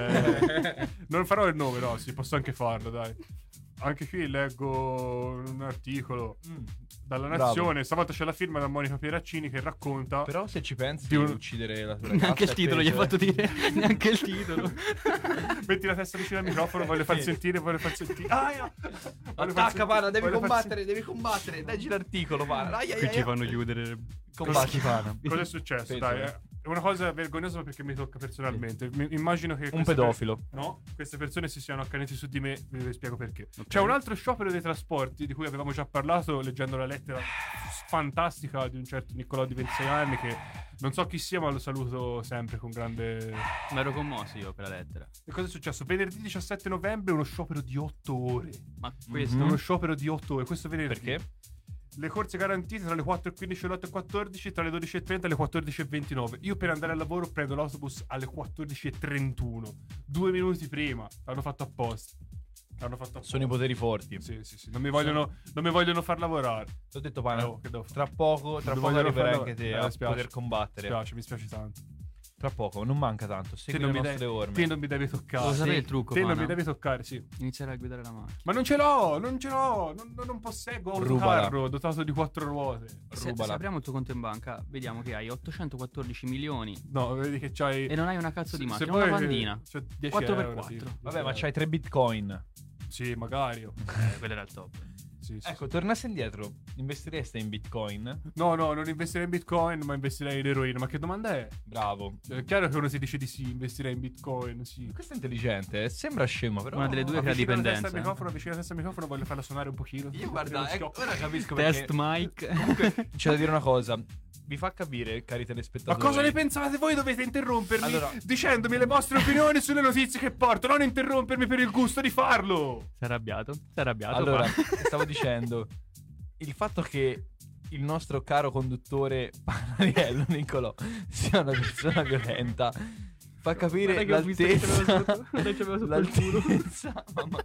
Eh, non farò il nome, no, sì, posso anche farlo, dai. Anche qui leggo un articolo dalla Bravo. Nazione. Stavolta c'è la firma da Monica Pieraccini che racconta. Però se ci pensi Di di un- uccidere la tua ragazza Neanche il è titolo gli hai peggio, fatto dire. Neanche il titolo. Metti la testa vicino al microfono, voglio far sentire, voglio far sentire. Ah, yeah. Voglio far Attacca, sentire- Pana, devi voglio far combattere, devi combattere. Leggi l'articolo, Pana. Ai, ai, Qui ai, ci ai. fanno chiudere. Combatti, Pana. Cosa è successo? Peggio, Dai, eh. è una cosa vergognosa perché mi tocca personalmente. Mi- immagino che Un queste pedofilo. per- No, queste persone si siano accaniti su di me, vi vi spiego perché. C'è un altro sciopero dei trasporti di cui avevamo già parlato leggendo la lettera fantastica di un certo Niccolò di ventisei anni che non so chi sia, ma lo saluto sempre con grande. Mi ero commosso io per la lettera. E cosa è successo? Venerdì diciassette novembre uno sciopero di otto ore. Ma questo. Uno sciopero di otto ore, questo venerdì. Perché? Le corse garantite tra le quattro e quindici e le otto e quattordici, tra le dodici e trenta e le quattordici e ventinove. Io per andare al lavoro prendo l'autobus alle quattordici e trentuno. Due minuti prima. L'hanno fatto apposta. L'hanno fatto apposta. Sono i poteri forti. Sì, sì, sì. Non mi vogliono, non mi vogliono far lavorare. Ti ho detto, Pana, Oh, che devo fare? tra poco, tra Non poco vogliono arriverai farlo- anche te Eh, a mi spiace. poter combattere. Mi spiace, mi spiace tanto. Tra poco, non manca tanto. Te Segui non, le mi nostre devi, orme. te non mi devi toccare. Lo sapevi Sì. il trucco, Te non Pana? mi devi toccare, sì. Inizierai a guidare la macchina. Ma non ce l'ho, non ce l'ho. Non, non, non posseggo Rubala. autocarro dotato di quattro ruote. Se, se Rubala. apriamo il tuo conto in banca, vediamo che hai ottocentoquattordici milioni No, vedi che c'hai. e non hai una cazzo di Se- macchina, se una vuoi- vandina. c'è dieci quattro per euro, quattro. sì. Vabbè, ma c'hai tre bitcoin. Sì, magari. oh. Eh, quello era il top. Sì, sì, Ecco, sì. tornassi indietro, investiresti in bitcoin? No, no, non investirei in bitcoin, ma investirei in eroina. Ma che domanda è? Bravo. Cioè, è chiaro che uno si dice di sì, investirei in bitcoin, sì. Questo è intelligente, eh. Sembra scemo, però. Una delle due crea Avvicina la dipendenza. testa al microfono, avvicina la testa al microfono, voglio farla suonare un pochino. Io guarda, Lo ecco, schiocco. ora capisco Test perché. mic. Comunque, c'è da dire una cosa. Vi fa capire, cari Ma telespettatori. cosa ne pensate voi? Dovete interrompermi Allora- dicendomi le vostre opinioni sulle notizie che porto, non interrompermi per il gusto di farlo. Si è arrabbiato? Si è arrabbiato. Allora, qua. stavo dicendo, il fatto che il nostro caro conduttore Panariello Niccolò sia una persona violenta fa capire Guarda che ho visto che c'aveva l'altezza sotto- guarda che c'aveva sotto il culo. l'altezza mamma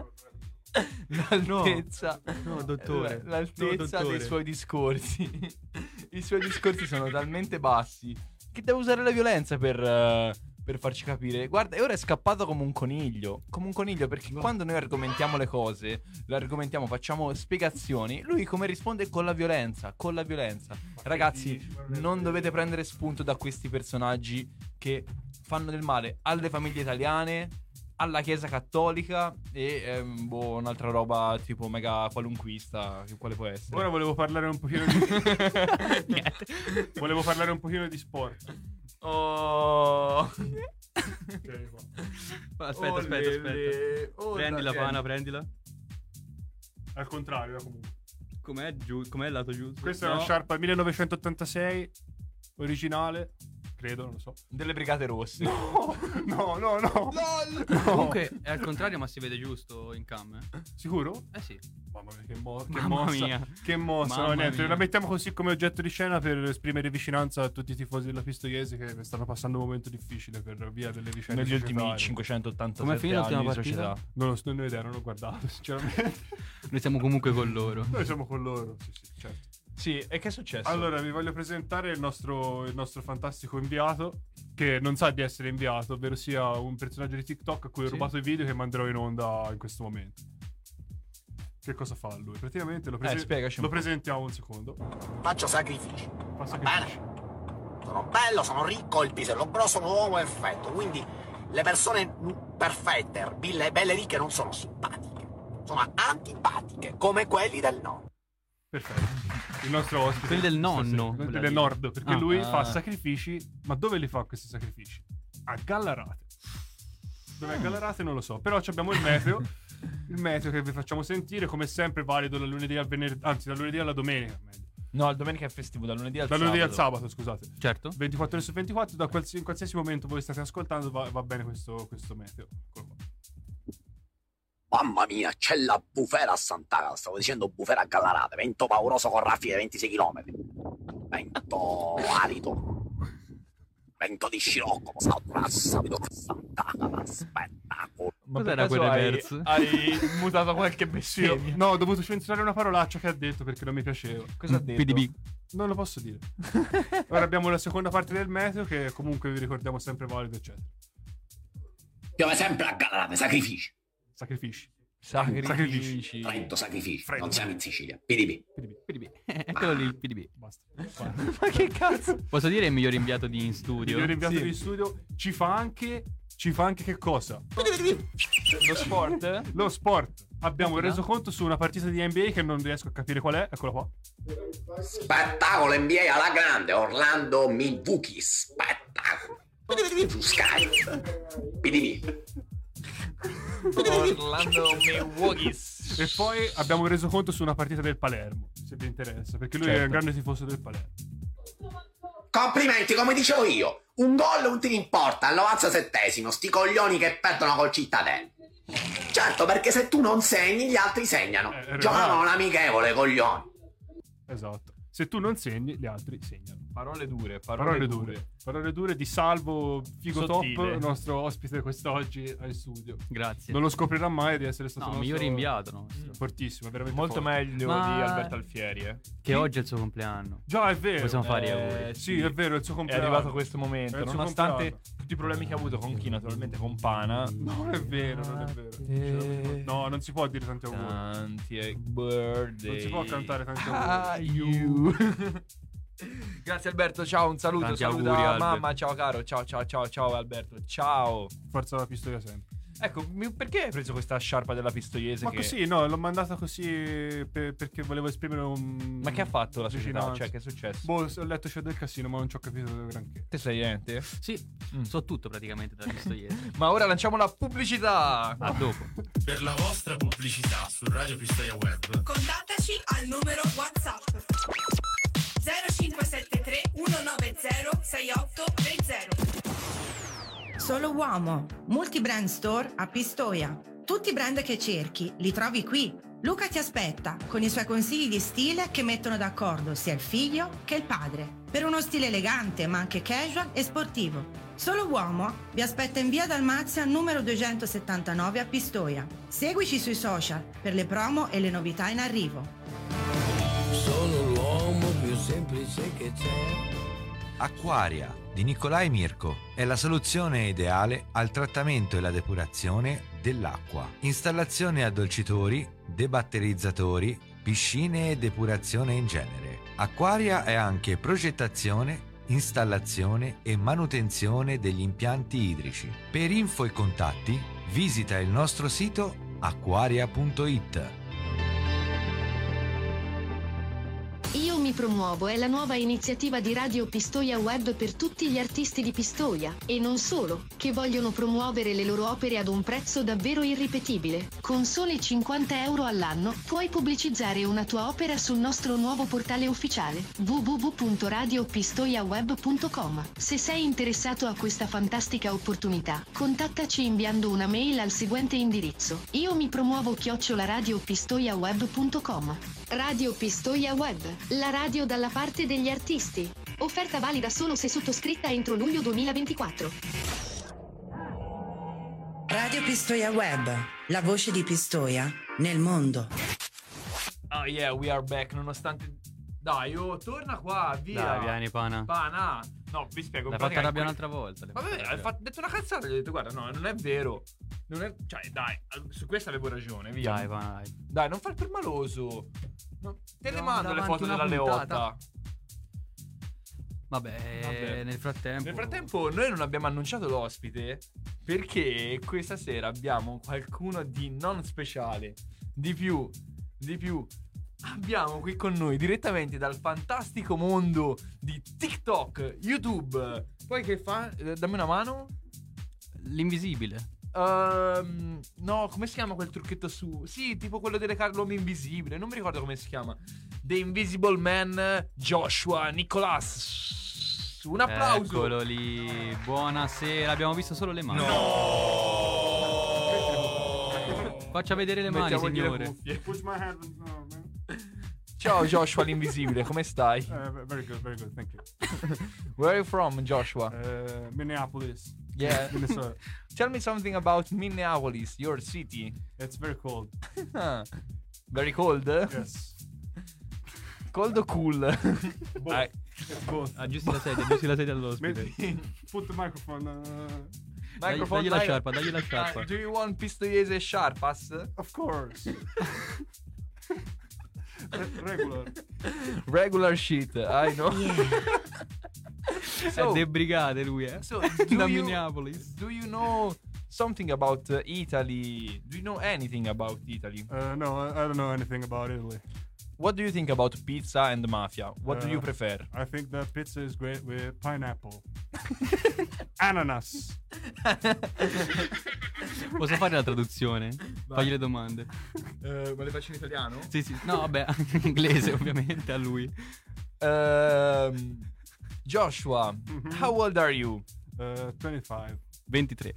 mia. l'altezza No, dottore. l- l'altezza No, dottore. dei suoi discorsi. I suoi discorsi sono talmente bassi che deve usare la violenza per eh, per farci capire. Guarda, e ora è scappato come un coniglio. Come un coniglio, perché quando noi argomentiamo le cose, le argomentiamo, facciamo spiegazioni, lui come risponde? Con la violenza. Con la violenza. Ragazzi, non dovete prendere spunto da questi personaggi che fanno del male alle famiglie italiane, alla Chiesa Cattolica e ehm, boh, un'altra roba tipo mega qualunquista. Che quale può essere? Ora volevo parlare un pochino di Niente. volevo parlare un pochino di sport. Oh. Ok, qua. Aspetta, Oh, aspetta, le- aspetta. le- oh, Prendila, dai, pana, prendila. Al contrario, eh, comunque. Com'è, giù, com'è il lato giusto? Questa è No. una Sharp millenovecentottantasei originale, credo, non lo so. Delle Brigate Rosse. No, no, no, no. No. Comunque è al contrario, ma si vede giusto in cam, eh? Sicuro? Eh sì. Mamma mia, che, mo- che Mamma mossa. mia. Che mossa. Mamma No, niente, mia. la mettiamo così come oggetto di scena per esprimere vicinanza a tutti i tifosi della Pistoiese che stanno passando un momento difficile per via delle vicende Negli ultimi societarie. cinquecentottantasette Com'è finita anni l'ultima di partita? società. Non lo so, non ho idea, non ho guardato, sinceramente. Noi siamo comunque con loro. Noi siamo con loro, sì, sì, certo. Sì, e che è successo? Allora, vi voglio presentare il nostro, il nostro fantastico inviato, che non sa di essere inviato, ovvero sia un personaggio di TikTok a cui ho Sì. rubato i video che manderò in onda in questo momento. Che cosa fa lui? Praticamente lo, prese- Eh, spiegaci un lo po'. presentiamo un secondo. Faccio sacrifici. Fa Va sacrifici. bene? Sono bello, sono ricco, il pisello grosso, sono uomo perfetto. Quindi le persone mm, perfette, belle, belle ricche non sono simpatiche. Sono antipatiche, come quelli del nord. Perfetto. Il nostro ospite. Quelli del nonno, Sì, sì, quella quelli del lì. nord, perché Ah. lui Ah. fa sacrifici, ma dove li fa questi sacrifici? A Gallarate. Dove è Gallarate non lo so, però ci abbiamo il meteo. Il meteo che vi facciamo sentire, come sempre valido dal lunedì al venerdì, anzi dal lunedì alla domenica, meglio. No, il domenica è festivo, dal lunedì al Dal sabato. lunedì al sabato, scusate. Certo. ventiquattro ore su ventiquattro, da qualsi- in qualsiasi momento voi state ascoltando va, va bene questo, questo meteo. Eccolo qua. Mamma mia, c'è la bufera a Sant'Agata, stavo dicendo bufera a Gallarate, vento pauroso con raffiche di ventisei chilometri. Vento arido. vento di scirocco, saltassa, vedo che santana, spettacolo. Ma Cos'era per caso quel hai, reverse? hai mutato qualche Sì, bestemmia? no, ho dovuto censurare una parolaccia che ha detto perché non mi piaceva. Cosa ha detto? P D B. Non lo posso dire. Ora abbiamo la seconda parte del meteo che comunque vi ricordiamo sempre valido, eccetera. Piove sempre a galate, sacrifici. Sacrifici. Sacrifici. Trento sacrifici. Freddo. Non siamo in Sicilia. P D B. P D B. Eccolo lì il P D B. Basta. Ma che cazzo? Posso dire il miglior inviato di in studio? Il rinviato Sì. di studio ci fa anche ci fa anche che cosa? Lo sport? Lo sport. Abbiamo Cosa? reso conto su una partita di N B A che non riesco a capire qual è. Eccola qua. Spettacolo N B A alla grande. Orlando Milwaukee. Spettacolo. Su Sky. P D B. Orlando Milwaukee. E poi abbiamo reso conto su una partita del Palermo, se vi interessa, perché lui è Certo. un grande tifoso del Palermo. Complimenti, come dicevo io. Un gol e un tiro in porta al novantasettesimo. Sti coglioni che perdono col Cittadella. Certo, perché se tu non segni, gli altri segnano. Eh, Giocano eh, un amichevole, coglioni. Esatto. Se tu non segni, gli altri segnano. Parole dure, parole, Parole dure. dure. Parole dure di Salvo Figo Sottile. Top, il nostro ospite quest'oggi al studio. Grazie. Non lo scoprirà mai di essere stato No, nostro... miglior inviato nostro. Fortissimo, veramente Molto forte. meglio Ma- di Alberto Alfieri, eh. Che oggi è il suo compleanno. Già, è vero. Possiamo fare gli Eh, auguri. Sì, è vero, è il suo È compleanno. arrivato questo È momento, il suo nonostante compleanno. tutti i problemi che ha avuto con chi, naturalmente con Pana. Non è vero, non è vero. Eh. No, non si può dire tanti auguri. Tanti eh, birthday. Non si può cantare tanti Ah, auguri. you. Grazie Alberto, ciao, un saluto, Tanti saluta auguri, a Albert. mamma, ciao caro, ciao ciao ciao ciao Alberto, ciao. Forza la pistoia sempre. Ecco, mi- perché hai preso questa sciarpa della pistoiese? Ma che... così, no, l'ho mandata così per- perché volevo esprimere un... Ma che ha fatto la società? vicinanza. Cioè, che è successo? Boh, ho letto c'è del casino, ma non ci ho capito granché. Te sei ente? Sì, Mm. so tutto praticamente da visto ieri. Ma ora lanciamo la pubblicità. A dopo. Per la vostra pubblicità su Radio Pistoia Web, Contattaci al numero WhatsApp zero cinque sette tre uno nove zero sei otto tre zero. Solo Uomo, multi-brand store a Pistoia. Tutti i brand che cerchi li trovi qui. Luca ti aspetta con i suoi consigli di stile che mettono d'accordo sia il figlio che il padre. Per uno stile elegante ma anche casual e sportivo. Solo Uomo vi aspetta in via Dalmazia numero duecentosettantanove a Pistoia. Seguici sui social per le promo e le novità in arrivo. sono l'uomo più semplice che c'è. Acquaria di Nicolai Mirko è la soluzione ideale al trattamento e la depurazione dell'acqua. Installazione addolcitori, debatterizzatori, piscine e depurazione in genere. Acquaria è anche progettazione, installazione e manutenzione degli impianti idrici. Per info e contatti visita il nostro sito acquaria punto it. Io mi promuovo è la nuova iniziativa di Radio Pistoia Web per tutti gli artisti di Pistoia, e non solo, che vogliono promuovere le loro opere ad un prezzo davvero irripetibile. Con soli cinquanta euro all'anno puoi pubblicizzare una tua opera sul nostro nuovo portale ufficiale w w w punto radio pistoia web punto com. Se sei interessato a questa fantastica opportunità, contattaci inviando una mail al seguente indirizzo: io mi promuovo chiocciola radio pistoia web punto com. Radio Pistoia Web, la radio dalla parte degli artisti. Offerta valida solo se sottoscritta entro luglio duemilaventiquattro. Radio Pistoia Web, la voce di Pistoia nel mondo. Oh yeah, we are back, nonostante... Dai, oh, torna qua, via. Dai, vieni, Pana. Pana. No, vi spiego. in L'hai fatta pratica arrabbiare in un'altra volta. l'hai Ma fatta vabbè, hai arrabbiare. fatto, detto una cazzata, gli ho detto guarda, no, non è vero. Non è, cioè, dai, al- su questo avevo ragione, via. Dai, Pana, dai. Dai, non fai il permaloso. No, te le No, mando le davanti foto una della puntata. Leotta. Vabbè, Vabbè. nel frattempo. Nel frattempo noi non abbiamo annunciato l'ospite perché questa sera abbiamo qualcuno di non speciale. Di più, di più. Abbiamo qui con noi direttamente dal fantastico mondo di TikTok, YouTube. Poi che fa? Eh, Dammi una mano. L'invisibile. Ehm, no, come si chiama quel trucchetto su? Sì, tipo quello delle car- l'uomo invisibile. Non mi ricordo come si chiama. The Invisible Man, Joshua Nicolas. Un applauso. Eccolo lì. Buonasera. Abbiamo visto solo le mani. No. Faccia vedere le mani, Mettiamogli le signore. cuffie. Push my hand. No, man. Ciao Joshua l'invisibile, come stai? Uh, very good, very good, thank you. Where are you from, Joshua? Uh, Minneapolis. Yeah. Minnesota. Tell me something about Minneapolis, your city. It's very cold. Very cold? Eh? Yes. Cold o cool? Both. I- It's both. Aggiusti la sedia, aggiusti la sedia all'ospite. Maybe put the microphone. Uh, Microphone, dagli la mi- sciarpa, dagli la sciarpa. Ah, do you want Pistoiese Sharpas? of course. Re- regular. Regular shit, I know. È So, De Brigate lui, eh. so Da do you, Minneapolis. do you know something about uh, Italy? Do you know anything about Italy? Uh, no, I, I don't know anything about Italy. What do you think about pizza and mafia? What do Uh, you prefer? I think that pizza is great with pineapple. Ananas. Posso fare la traduzione? Fagli le domande. Uh, me le faccio in italiano? Sì, sì. No, vabbè, in inglese ovviamente a lui. Um, Joshua, Mhm. how old are you? Uh, twenty-five. ventitré.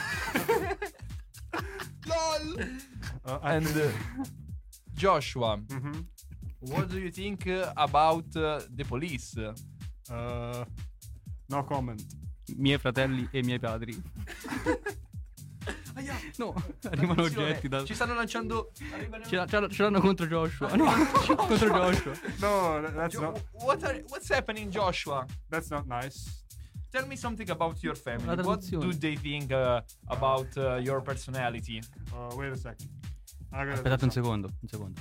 LOL! Uh, I And think- uh, Joshua, Mhm. what do you think uh, about uh, the police? Uh, no comment. Miei fratelli e miei padri. No, arrivano Attenzione, oggetti da... Ci stanno lanciando. arrivano- Ce, l'ha- ce l'ha- ce l'hanno contro Joshua. No, contro Joshua. No, tha- that's Jo- not. what are, what's happening, Joshua? That's not nice. Tell me something about your family. La What traduzione. do they think uh, about uh, your personality? Uh, wait a second. I gotta Aspettate do un something. secondo, un secondo.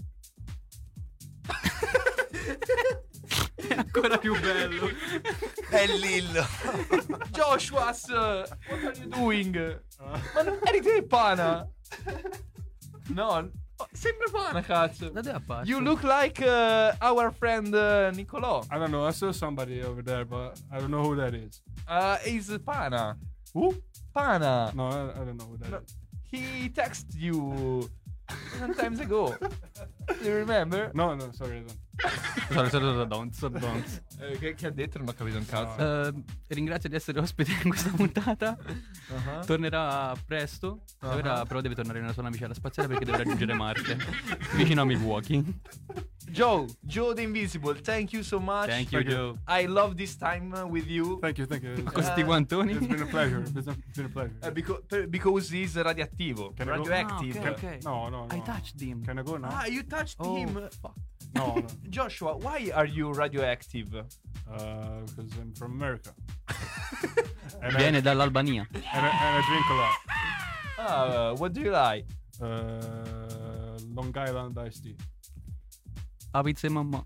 È ancora più bello. È Lillo. Joshua, uh, what are you doing? Uh, Ma non eri te, pana? No, oh, sembra pana, cazzo. Da dove appare? You look like uh, our friend uh, Nicolò. I don't know. I saw somebody over there, but I don't know who that is. Uh, he's Pana. Who? Pana. No, I, I don't know who that No. is. He texted you some times ago. Do you remember? No, no, sorry. I don't. Sorry, sorry, sorry, don't, sorry, don't. Eh, che, che ha detto? Non ho capito un cazzo. Eh, ringrazio di essere ospite in questa puntata. Uh-huh. Tornerà presto. Uh-huh. Ora però deve tornare nella sua navicella spaziale perché deve raggiungere Marte. Vicino a Milwaukee. Joe, Joe the Invisible, thank you so much. Thank you, Joe. I love this time uh, with you. Thank you, thank you. It's, Con sti guantoni. it's been a pleasure. It's been a pleasure. Uh, because, because he's radioattivo. Can I go- Radioactive. Ah, ok, ok. No, no, no. I touched him. Can I go now? Ah, you touched Oh, him. fuck. No, no. Joshua, why are you radioactive? Uh, because I'm from America. and, I, Viene dall'Albania. and, I, and I drink a lot. Ah, what do you like? Uh, Long Island iced tea. A pizza e mamma.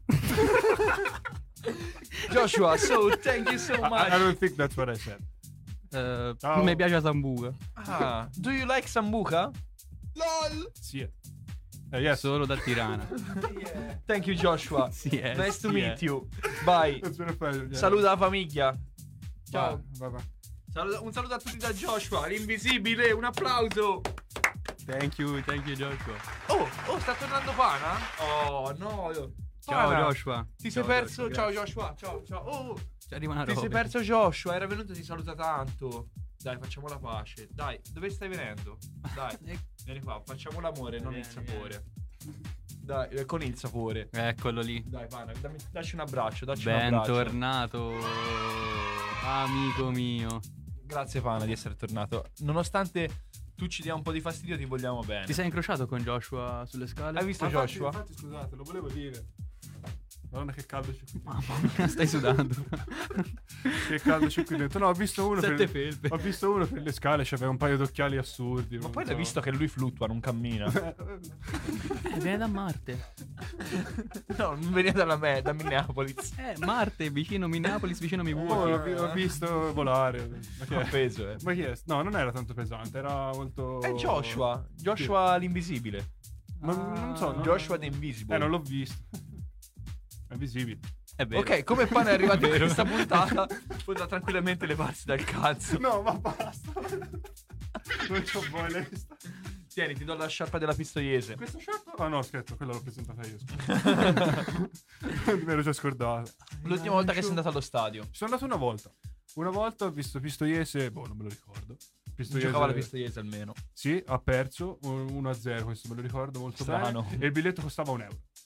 Joshua, so thank you so I, much. I don't think that's what I said. Eh, Ciao. Mi piace la sambuca. Ah, do you like sambuca? LOL. See Uh, yes. Solo da Tirana. Thank you, Joshua. Sì, eh, Nice to sì, meet eh. you. Bye. It's been a pleasure. yeah. Saluta la famiglia. Ciao. Bye, bye, bye. Saluta- un saluto a tutti da Joshua, l'invisibile. Un applauso. Thank you, thank you Joshua. Oh, oh, sta tornando Pana? Oh, no. Ciao Pana, Joshua. Ti sei Ciao, perso? Joshua, Ciao grazie. Joshua. Ciao, ciao. Oh, Ci arriva una ti roba. sei perso Joshua. Era venuto, ti saluta tanto. Dai, facciamo la pace. Dai, dove stai venendo? Dai, vieni qua, facciamo l'amore, non il Vieni, sapore. Dai, eh, con il sapore. Eccolo lì. Dai, Pana, dammi, dacci un abbraccio, dacci un abbraccio. Bentornato, amico mio. Grazie Pana di essere tornato. Nonostante tu ci dia un po' di fastidio, ti vogliamo bene. Ti sei incrociato con Joshua sulle scale? Hai visto Ma infatti- Joshua? Infatti, scusate, lo volevo dire. Madonna, che caldo c'è qui. Mamma mia, stai sudando. Che caldo c'è qui dentro. No, ho visto uno. Sette Per, felpe. ho visto uno per le scale. C'aveva un paio d'occhiali assurdi. Ma non poi so. l'hai visto che lui fluttua, non cammina. Eh, viene da Marte. No, non veniva dalla me, da Minneapolis. Eh, Marte, vicino Minneapolis, vicino Oh, Milwaukee. l'ho, vi- l'ho visto volare. Ma chi Ho è? peso, eh. Ma chi è? No, non era tanto pesante. Era molto. È Joshua. Joshua l'invisibile. Non, non so. non- Joshua the Invisible. Eh, non l'ho visto. È visibile. È vero. Ok, come Pana è arrivato in questa puntata, potrà tranquillamente levarsi dal cazzo. No, ma basta. Non c'ho voglia. Tieni, ti do la sciarpa della pistoiese. Questa sciarpa? Ah no, aspetta, quella l'ho presentata io. scusa. Me l'ero già scordato. L'ultima volta che sei andato allo stadio. Ci sono andato una volta. Una volta ho visto Pistoiese, boh, non me lo ricordo. Pistoiese, Giocava la pistoiese almeno. Sì, ha perso uno a zero, questo me lo ricordo molto Strano. bene. E il biglietto costava un euro.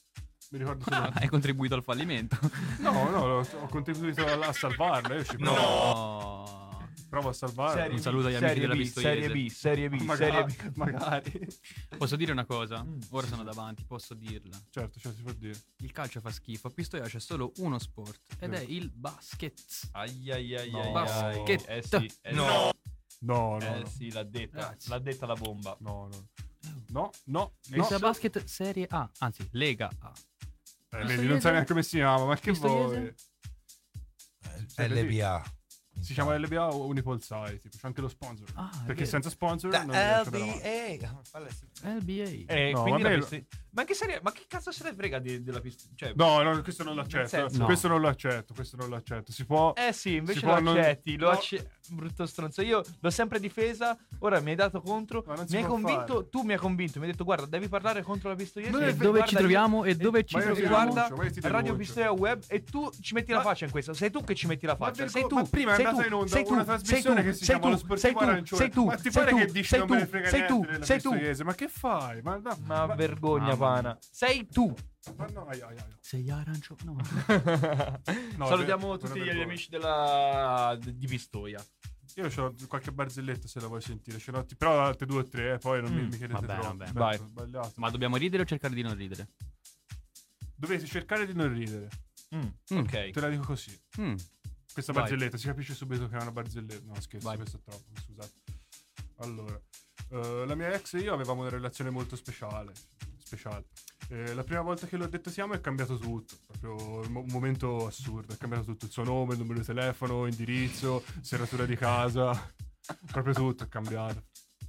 Mi ricordo solo. Hai contribuito al fallimento. No, no, ho, ho contribuito a, a salvarla. Io ci provo. No. Provo a salvarla. Un saluto agli amici serie della B, Pistoiese. Serie B, Serie B, Magari, Serie B. magari. Posso dire una cosa? Ora sono davanti, posso dirla. Certo, cioè, si può dire. Il calcio fa schifo. A Pistoia c'è solo uno sport ed è il basket. Ai ai ai No. ai ai. Basket. Eh sì, eh No. No, no, Eh no. sì, l'ha detta. Grazie. L'ha detta la bomba. No, no. No, no, no. Pistoia Basket Serie A, anzi Lega A. Eh, vedi, non sai neanche come si chiama, ma che Pistoiese? vuoi? L B A. Si chiama L B A o Unipolsai, tipo, c'è anche lo sponsor. Ah, è Perché vero. senza sponsor Da non riesce L ad andare B avanti. A. Falla sì. L B A. Eh, No, quindi ma la me- pistoia- Ma che serie... Ma che cazzo se ne frega di- della pistoia? Cioè... No, no, questo non l'accetto. senso- No. Questo non l'accetto, questo non l'accetto. Si può... Eh sì, invece Si lo può non- accetti, lo no. acce- brutto stronzo. Io l'ho sempre difesa, ora mi hai dato contro, Ma non si mi hai può convinto, fare. tu mi hai convinto, mi hai detto guarda, devi parlare contro la Pistoiese. E e dove guarda ci io- troviamo e dove ci ma io ti troviamo? Guarda, denuncio, ma io ti Radio denuncio. Pistoia Web e tu ci metti la Ma- faccia in questo. Sei tu che ci metti la Ma faccia. vergo- Sei tu. ma prima è sei andata tu, in onda sei tu, una sei trasmissione tu, che si sei chiama tu, Lo Sportivo sei tu, Arancione. sei tu, Ma ti sei pare tu, che dici sei non me ne tu, frega sei niente tu, della sei tu. Pistoiese? Ma che fai? Ma, no, Ma ma- vergogna Mamma pana. Sei tu. ma no, ai, ai, ai. Sei arancio? No. No, Salutiamo per- tutti per gli vergogna. amici della di Pistoia. Io ho qualche barzelletta se la vuoi sentire. Ce n'ho- però altre due o tre, eh, poi non mi, Mm. mi chiedete Vabbè, troppo. vabbè. Aspetta, Vai. ho sbagliato. Ma dobbiamo ridere o cercare di non ridere? Dovete cercare di non ridere. Mm, Mm. Ok. Te la dico così. Mm. Questa Vai. barzelletta, si capisce subito che è una barzelletta. No, scherzo, Vai. questo è troppo, scusate. Allora, eh, la mia ex e io avevamo una relazione molto speciale. Speciale. Eh, la prima volta che l'ho detto siamo è cambiato tutto. Proprio un mo- un momento assurdo. È cambiato tutto. Il suo nome, il numero di telefono, indirizzo, serratura di casa. Proprio tutto è cambiato.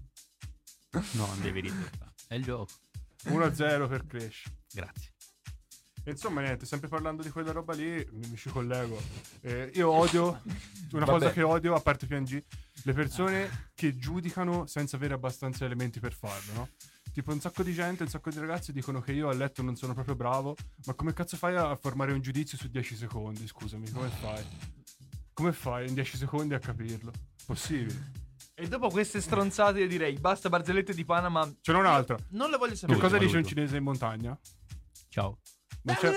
No, non devi ridere. È il gioco. uno a zero per Crash. Grazie. E insomma, niente, sempre parlando di quella roba lì, mi, mi ci collego. Eh, io odio, una Vabbè. cosa che odio, a parte P N G, le persone che giudicano senza avere abbastanza elementi per farlo, no? Tipo un sacco di gente, un sacco di ragazzi dicono che io a letto non sono proprio bravo, ma come cazzo fai a formare un giudizio su dieci secondi, scusami, come fai? Come fai in dieci secondi a capirlo? Possibile. E dopo queste stronzate io direi basta barzellette di Panama. Ce n'è un'altra. Non le voglio Che sapere. cosa dice un L'ultimo. cinese in montagna? Ciao. Non c'è,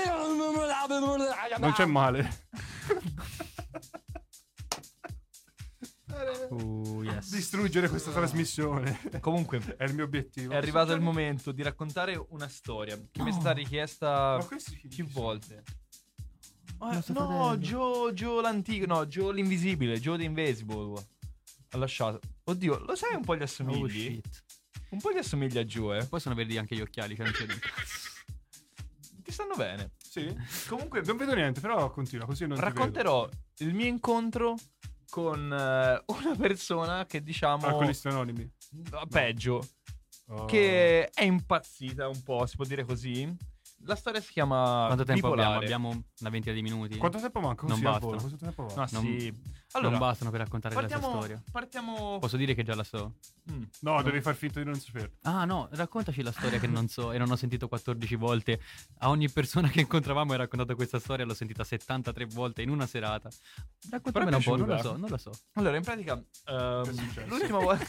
non c'è male. Uh, yes. Distruggere questa trasmissione. Comunque È il mio obiettivo. è arrivato il momento di raccontare una storia che mi è stata richiesta Ma questi chi più dici? volte. Eh, Nostro no, fratello. Joe, Joe l'antico, no, Joe l'invisibile, Joe the Invisible. Ha lasciato. Oddio, lo sai un po' gli Oh assomigli? shit. Un po' gli assomiglia a Joe, eh. Poi sono verdi anche gli occhiali, cioè non c'è niente. Ti stanno bene. Sì? Comunque Non vedo niente, però continua, così non racconterò il mio incontro con eh, una persona che ti vedo. diciamo Alcolisti anonimi. peggio, Oh. che è impazzita un po', si può dire così. La storia si chiama Quanto tempo Bipolare. abbiamo? Abbiamo una ventina di minuti? Quanto tempo manca? Non Così al basta. volo? Quanto tempo va? No, Non- sì. Allora, non bastano per raccontare la partiamo, sua storia. partiamo Posso dire che già la so? Mm. No, devi far finta di non sapere. Ah no, raccontaci la storia che non so e non ho sentito quattordici volte. A ogni persona che incontravamo hai raccontato questa storia, l'ho sentita settantatré volte in una serata. Raccontamela un po', non la so, non la so. Allora, in pratica ehm, Che è successo? l'ultima volta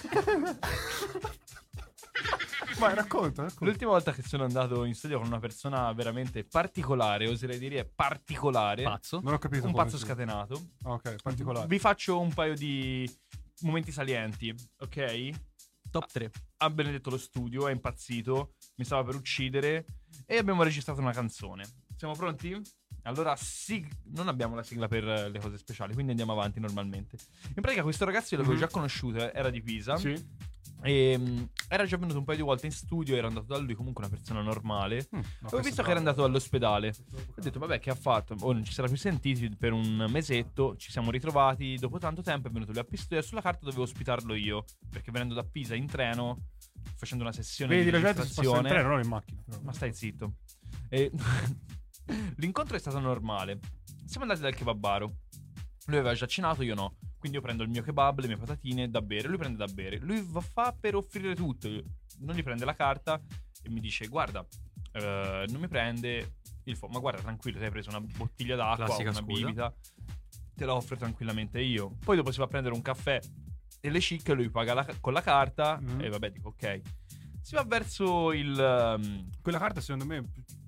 Vai, racconta, racconta. l'ultima volta che sono andato in studio con una persona veramente particolare, oserei dire particolare, Pazzo. Non ho capito. un come pazzo si- scatenato. Ah, ok, particolare. Vi faccio un paio di momenti salienti, ok? Top tre. Ha benedetto lo studio, è impazzito, mi stava per uccidere e abbiamo registrato una canzone. Siamo pronti? Allora, sig- non abbiamo la sigla per eh, le cose speciali, quindi andiamo avanti normalmente. In pratica questo ragazzo io l'avevo Mhm. già conosciuto, era di Pisa. Sì? E mh, era già venuto un paio di volte in studio, ero andato da lui, comunque una persona normale. No, Ho questo visto è che era bravo. andato all'ospedale. Ho detto, vabbè, che ha fatto? Oh, non ci sarà più sentiti per un mesetto. Ci siamo ritrovati dopo tanto tempo. È venuto lui a Pistoia. Sulla carta dovevo ospitarlo io, perché venendo da Pisa in treno, facendo una sessione Vedi, di la gente si sposta in registrazione. treno, non in macchina. però. Ma stai zitto. E l'incontro è stato normale. Siamo andati dal kebabaro. Lui aveva già cenato, io no. Quindi io prendo il mio kebab, le mie patatine da bere. Lui prende da bere. Lui va fa per offrire tutto. Io- non gli prende la carta e mi dice: guarda, eh, non mi prende il fo- ma guarda, tranquillo, ti hai preso una bottiglia d'acqua, Classica una scusa. bibita. Te la offro tranquillamente io. Poi dopo si va a prendere un caffè e le chic, lui paga la- con la carta. Mhm. E vabbè, dico ok. Si va verso il. ehm, Quella carta, secondo me,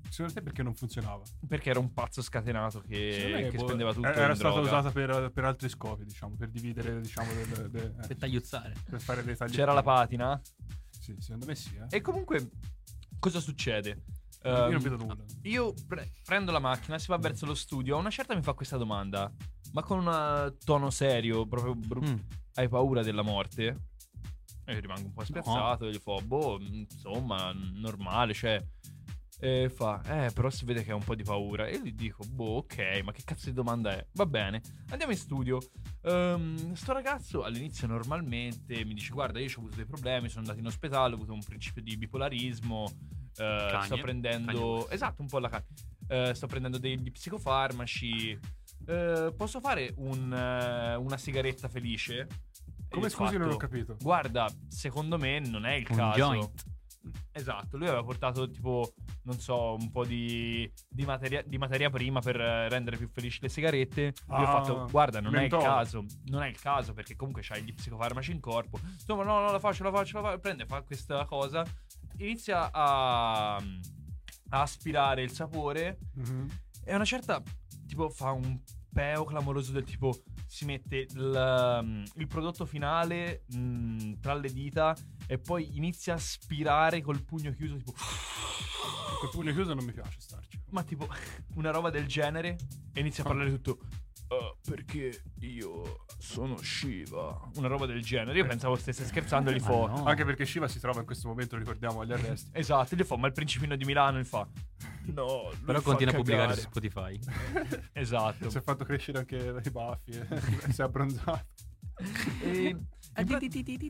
Secondo te perché non funzionava? Perché era un pazzo scatenato che, Secondo me, che boh, spendeva tutto era in stata droga. usata per, per altri scopi, diciamo, per dividere, diciamo, del- de- eh, Per tagliuzzare. per fare dei tagli. C'era la patina. Sì, secondo me sì, eh. E comunque, cosa succede? Io non Ehm, vedo nulla. Io pre- prendo la macchina, si va verso lo studio. A una certa mi fa questa domanda, ma con un tono serio, proprio bru- Mm. hai paura della morte? E io rimango un po' spiazzato. E gli fa, boh, insomma, normale, cioè. E fa, eh, però si vede che ha un po' di paura. E io gli dico, boh, ok, ma che cazzo di domanda è? Va bene, andiamo in studio. Ehm, sto ragazzo all'inizio normalmente mi dice, guarda, io ho avuto dei problemi, sono andato in ospedale, ho avuto un principio di bipolarismo. eh, Cagne. sto prendendo, Cagne. esatto, un po' la cagna. Eh, sto prendendo degli psicofarmaci. Eh, posso fare un, eh, una sigaretta felice? E Come gli ho scusi, non ho fatto, capito. Guarda, secondo me non è il Un caso. joint. Esatto, lui aveva portato tipo, non so, un po' di, di, materia, di materia prima per eh, rendere più felici le sigarette. Lui Ah, ha fatto, guarda, non mentolo. è il caso, non è il caso perché comunque c'hai gli psicofarmaci in corpo. Insomma, no, no, la faccio, la faccio, la faccio. Prende, fa questa cosa, inizia a, a aspirare il sapore Mhm. e a una certa, tipo, fa un peo clamoroso del tipo, si mette il, il prodotto finale mh, tra le dita e poi inizia a aspirare col pugno chiuso, tipo, Col pugno chiuso non mi piace starci. ma tipo una roba del genere, e inizia a parlare tutto. "Uh, perché io sono Shiva", una roba del genere. Io pensavo stesse scherzando e gli Ma fa, no. Anche perché Shiva si trova in questo momento, ricordiamo, agli arresti. esatto, gli fa, ma il principino di Milano, gli fa, no, lui Però fa continua a pubblicare cagare. su Spotify. Esatto. Si è fatto crescere anche i baffi e si è abbronzato. E in, pra-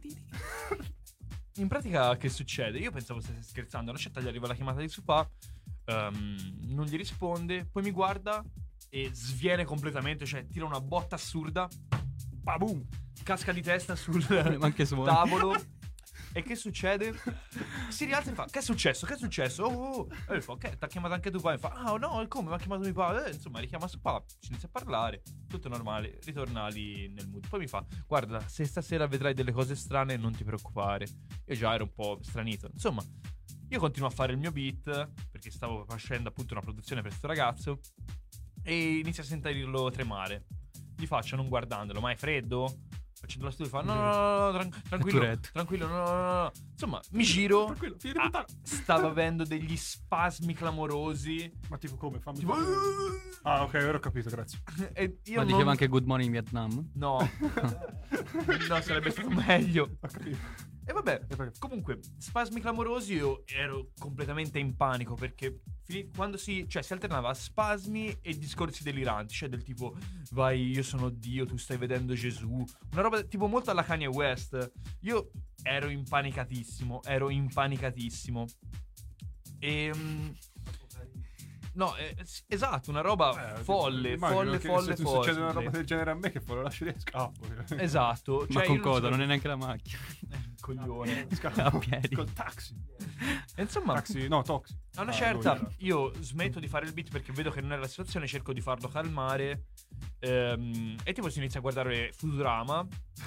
in pratica che succede? Io pensavo stesse scherzando. A una certa gli arriva la chiamata di Supa, ehm, non gli risponde, poi mi guarda e sviene completamente, cioè tira una botta assurda, boom, casca di testa sul Ma anche suoni. tavolo. E che succede? Si rialza e fa, che è successo? Che è successo? Oh, oh, oh. E lui fa, ok, ti ha chiamato anche tu, pa? E fa, ah no, come? Mi ha chiamato mio papà. Eh, insomma, richiama su papà, ci inizia a parlare, tutto normale, ritorna lì nel mood. Poi mi fa, guarda, se stasera vedrai delle cose strane, non ti preoccupare. Io già ero un po' stranito. Insomma, io continuo a fare il mio beat, perché stavo facendo appunto una produzione per questo ragazzo, e inizio a sentirlo tremare. Gli faccio, non guardandolo, ma è freddo? Accendo la studio e fa, no, no, no, no, tran- tranquillo, Tourette. tranquillo, no, no, no, no. Insomma, mi giro. Tranquillo, figlia di Ah, puttana. stava avendo degli spasmi clamorosi. Ma tipo come? Fammi Tipo, fare- Ah, ok, ora ho capito, grazie. e io Ma non... diceva anche Good Morning Vietnam? No. No, sarebbe stato meglio. Ho capito. E vabbè, E poi- comunque, spasmi clamorosi, io ero completamente in panico perché fini- quando si, cioè, si alternava a spasmi e discorsi deliranti, cioè del tipo, vai, io sono Dio, tu stai vedendo Gesù, una roba tipo molto alla Kanye West. Io ero impanicatissimo, ero impanicatissimo. E... mm, no, eh, sì, esatto, una roba Eh, folle, immagino folle, che folle, se folle. succede una roba del genere a me, che lo lascerei e scappo. Esatto, Ma cioè con io cosa? so- Non è neanche la macchina. Eh, coglione. Scappo. A piedi. Col taxi. E insomma, Taxi, no, toxi. a una Ah, certa lui era. io smetto di fare il beat perché vedo che non è la situazione, cerco di farlo calmare. ehm, e tipo si inizia a guardare Futurama.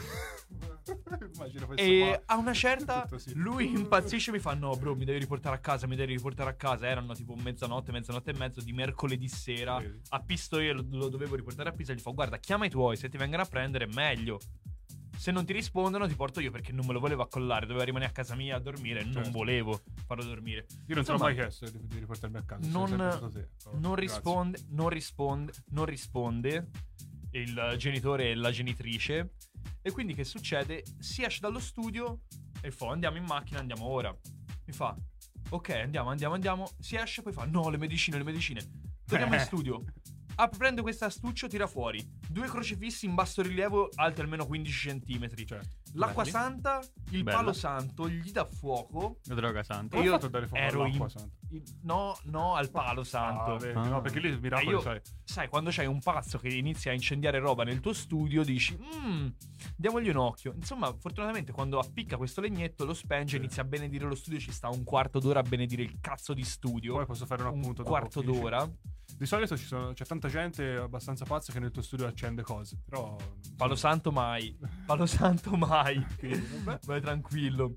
Immagino questo E qua. a una certa Tutto sì. lui impazzisce e mi fa, no bro, mi devi riportare a casa, mi devi riportare a casa. Erano tipo mezzanotte, mezzanotte e mezzo di mercoledì sera. Vedi. A Pistoia lo, lo dovevo riportare a Pisa. Gli fa, guarda, chiama i tuoi, se ti vengono a prendere meglio. Se non ti rispondono ti porto io, perché non me lo volevo accollare, doveva rimanere a casa mia a dormire e non Certo. volevo farlo dormire. Io non te l'ho Insomma, mai chiesto di, di riportarmi a casa. non, sono sempre stato te. Oh, non grazie. risponde, non risponde, non risponde il genitore e la genitrice. E quindi che succede? Si esce dallo studio e fa, andiamo in macchina, andiamo ora. Mi fa, ok, andiamo, andiamo, andiamo. Si esce, poi fa, no, le medicine, le medicine. Torniamo in studio. Ah, prende questo astuccio, tira fuori due crocifissi in basso rilievo alti almeno quindici centimetri. Certo. L'acqua Belli. santa, il Bella. palo santo, gli dà fuoco. La droga santa. E Come io hai fatto a dare fuoco ero all'acqua in- santa? in- no, no, al palo santo. Ah, vedi, Ah. no, perché lì miracoli, Eh, io- sai. Sai, quando c'hai un pazzo che inizia a incendiare roba nel tuo studio, dici, mmm, diamogli un occhio. Insomma, fortunatamente quando appicca questo legnetto, lo spenge, Sì. inizia a benedire lo studio, ci sta un quarto d'ora a benedire il cazzo di studio. Poi posso fare un un appunto dopo, quarto finisci. d'ora. Di solito ci sono, c'è tanta gente abbastanza pazza che nel tuo studio accende cose. Però. Palo santo mai. Palo santo mai. Quindi, vabbè. Vai tranquillo.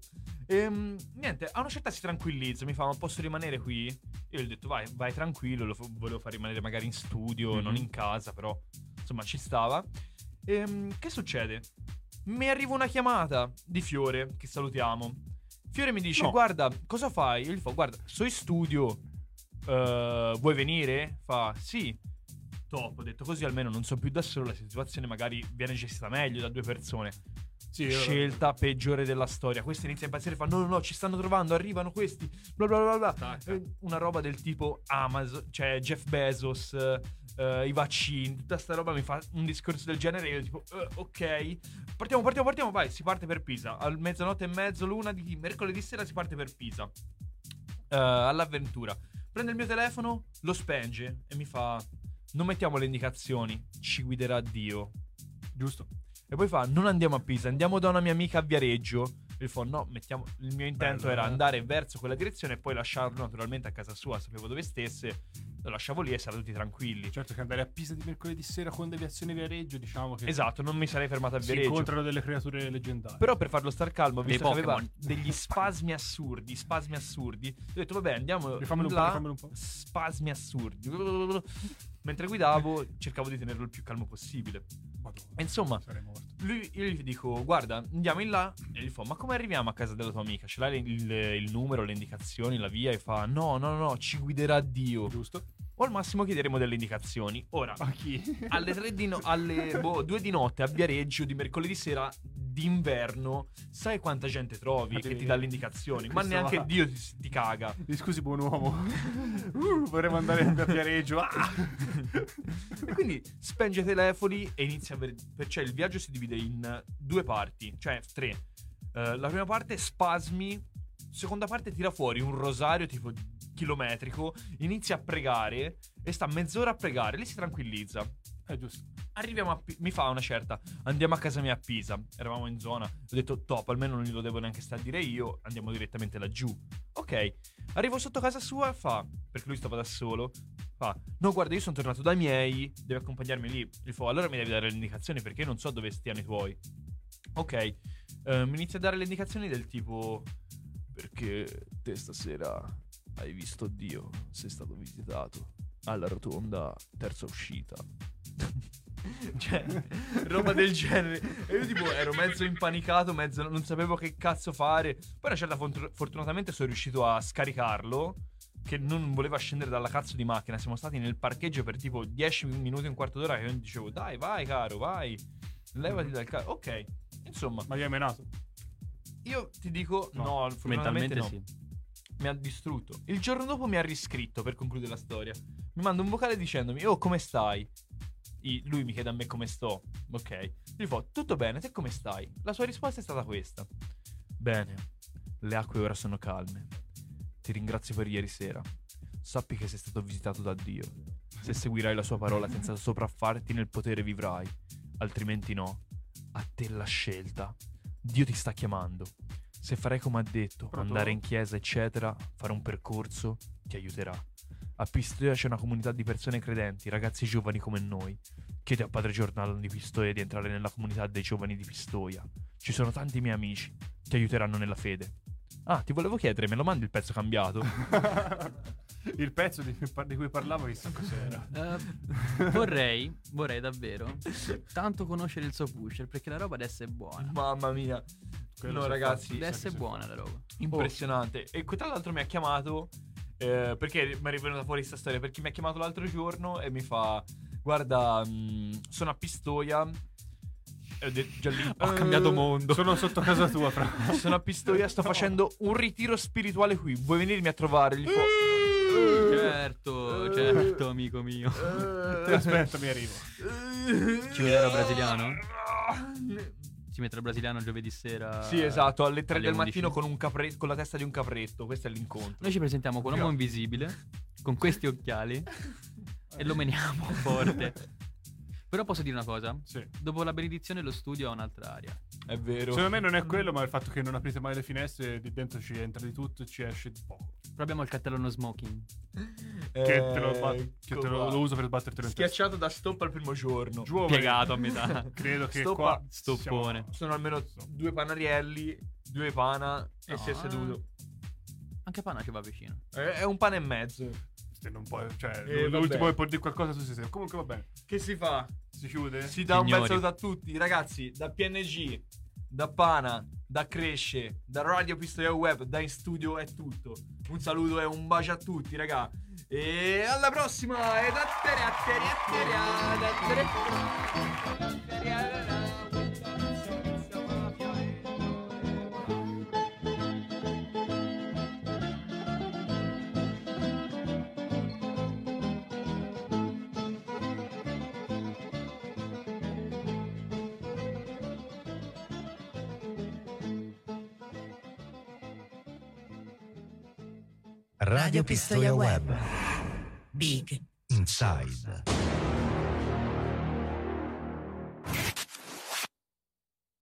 Ehm, niente, a una certa si tranquillizza, mi fa: ma posso rimanere qui? Io gli ho detto vai, vai tranquillo, lo f- volevo far rimanere magari in studio, Mhm. non in casa, però insomma ci stava. Ehm, che succede? Mi arriva una chiamata di Fiore, che salutiamo. Fiore mi dice: No. guarda, cosa fai? Io gli fa: guarda, sono in studio, eh, vuoi venire? Fa: sì. Top, ho detto così almeno non sono più da solo, la situazione magari viene gestita meglio da due persone. Sì, io- Scelta peggiore della storia. Questo inizia a impazzire e fa: no, no, no, ci stanno trovando, arrivano questi, bla bla bla bla. Stacca. Eh, Una roba del tipo Amazon, cioè Jeff Bezos, eh, eh, i vaccini, tutta sta roba. Mi fa un discorso del genere e io tipo eh, ok, partiamo, partiamo, partiamo, vai, si parte per Pisa. Al mezzanotte e mezzo, l'una di mercoledì sera si parte per Pisa, eh, all'avventura. Prende il mio telefono, lo spenge e mi fa: non mettiamo le indicazioni, ci guiderà Dio. Giusto. E poi fa: non andiamo a Pisa, andiamo da una mia amica a Viareggio. E fa: no, mettiamo. Il mio intento Bello, era eh. andare verso quella direzione e poi lasciarlo naturalmente a casa sua. Sapevo dove stesse, lo lasciavo lì e sarà tutti tranquilli. Certo che andare a Pisa di mercoledì sera con deviazione Viareggio, diciamo che Esatto, non mi sarei fermato a si Viareggio. incontrano delle creature leggendarie. Però per farlo star calmo, Dei visto che aveva Pokémon. degli spasmi assurdi, spasmi assurdi, ho detto vabbè andiamo Rifammelo un po', là, rifammelo un po'. spasmi assurdi. Mentre guidavo cercavo di tenerlo il più calmo possibile. Madonna, E insomma, sarei morto. lui, io gli dico: guarda, andiamo in là. E gli fa: ma come arriviamo a casa della tua amica? Ce l'hai il, il numero, le indicazioni, la via? E fa: no, no, no, ci guiderà Dio. Giusto? O al massimo chiederemo delle indicazioni. Ora, A chi? alle tre di no- alle boh, due di notte a Viareggio di mercoledì sera d'inverno, sai quanta gente trovi che ti dà le indicazioni? Ma Questo neanche va. Dio ti, ti caga. Mi scusi, buon uomo. uh, vorremmo andare a Viareggio. Ah! E quindi spenge i telefoni e inizia a ver- cioè il viaggio si divide in due parti, cioè tre. Eh, la prima parte spasmi, seconda parte tira fuori un rosario tipo chilometrico, inizia a pregare e sta mezz'ora a pregare, lì si tranquillizza. È giusto. Arriviamo a Pi- mi fa una certa: andiamo a casa mia a Pisa. Eravamo in zona, ho detto top, almeno non glielo devo neanche stare a dire io, andiamo direttamente laggiù. Ok, arrivo sotto casa sua e fa, perché lui stava da solo, fa: no guarda, io sono tornato dai miei, devi accompagnarmi lì. Gli fa: allora mi devi dare le indicazioni perché io non so dove stiano i tuoi. Ok, eh, mi inizia a dare le indicazioni del tipo: perché te stasera hai visto Dio, sei stato visitato alla rotonda, terza uscita. Cioè, roba del genere. E io tipo ero mezzo impanicato, mezzo non sapevo che cazzo fare. Poi una certa font- fortunatamente sono riuscito a scaricarlo, che non voleva scendere dalla cazzo di macchina. Siamo stati nel parcheggio per tipo dieci minuti, un quarto d'ora, che io dicevo: dai, vai caro, vai, levati dal carro. Ok, insomma, Ma gli hai menato? io ti dico no, No, fortunatamente Mentalmente no. sì. Mi ha distrutto. Il giorno dopo mi ha riscritto per concludere la storia. Mi manda un vocale dicendomi: oh, come stai? I- lui mi chiede a me come sto. Ok. Gli fa: tutto bene, te come stai? La sua risposta è stata questa: bene, le acque ora sono calme. Ti ringrazio per ieri sera. Sappi che sei stato visitato da Dio. Se seguirai la sua parola senza sopraffarti nel potere vivrai, altrimenti no. A te la scelta. Dio ti sta chiamando. Se farai come ha detto, Pronto? andare in chiesa, eccetera, fare un percorso, ti aiuterà. A Pistoia c'è una comunità di persone credenti, ragazzi giovani come noi. Chiedi a Padre Giordano di Pistoia di entrare nella comunità dei giovani di Pistoia. Ci sono tanti miei amici, ti aiuteranno nella fede. Ah, ti volevo chiedere, me lo mandi il pezzo cambiato? Il pezzo di cui, par- di cui parlavo, chissà cos'era. Eh, vorrei, vorrei davvero tanto conoscere il suo pusher, perché la roba adesso è buona. Mamma mia. Quello No, si è ragazzi, fatto. Adesso sa è che si buona fa. la roba. impressionante. E qui tra l'altro mi ha chiamato eh, perché mi è venuta fuori questa storia, perché mi ha chiamato l'altro giorno e mi fa: guarda, mh, sono a Pistoia. E ho detto già lì: Ho "Eh, cambiato mondo." Sono sotto casa tua, fra. sono a Pistoia, sto facendo un ritiro spirituale qui. Vuoi venirmi a trovare? Gli fa: Certo, certo, amico mio. Ti aspetto, mi arrivo. Ci vedrà brasiliano? Ci metterà brasiliano giovedì sera. Sì, esatto, alle tre alle del undici. mattino con un capre- con la testa di un capretto. Questo è l'incontro. Noi ci presentiamo con l'uomo invisibile, con questi occhiali, e lo meniamo forte. Però posso dire una cosa? Sì. Dopo la benedizione lo studio ha un'altra aria. È vero. Secondo me non è quello, ma il fatto che non aprite mai le finestre, di dentro ci entra di tutto e ci esce di poco. Però abbiamo il cartello no smoking. Che te lo, ba- che te Ecco lo, qua. lo uso per sbattertelo in testa. Schiacciato da stop al primo giorno. Giù, Piegato a metà. Credo che Stoppa- qua Stoppone. siamo- Sono almeno due panarielli, due pana e No, si è seduto. Anche Pana ci va vicino. È, è un pane e mezzo. Se non puoi, cioè, Eh, l'ultimo vabbè. che può dire qualcosa tu sei. Comunque va bene. Che si fa? Si chiude? Si dà un bel Signori. saluto a tutti, ragazzi. Da P N G, da Pana, da Cresce, da Radio Pistoia Web, da In Studio è tutto. Un saluto e un bacio a tutti, raga. E alla prossima! E da tere a tere a tere a da tere a tere a da. Radio Pistoia Web. Big. Inside.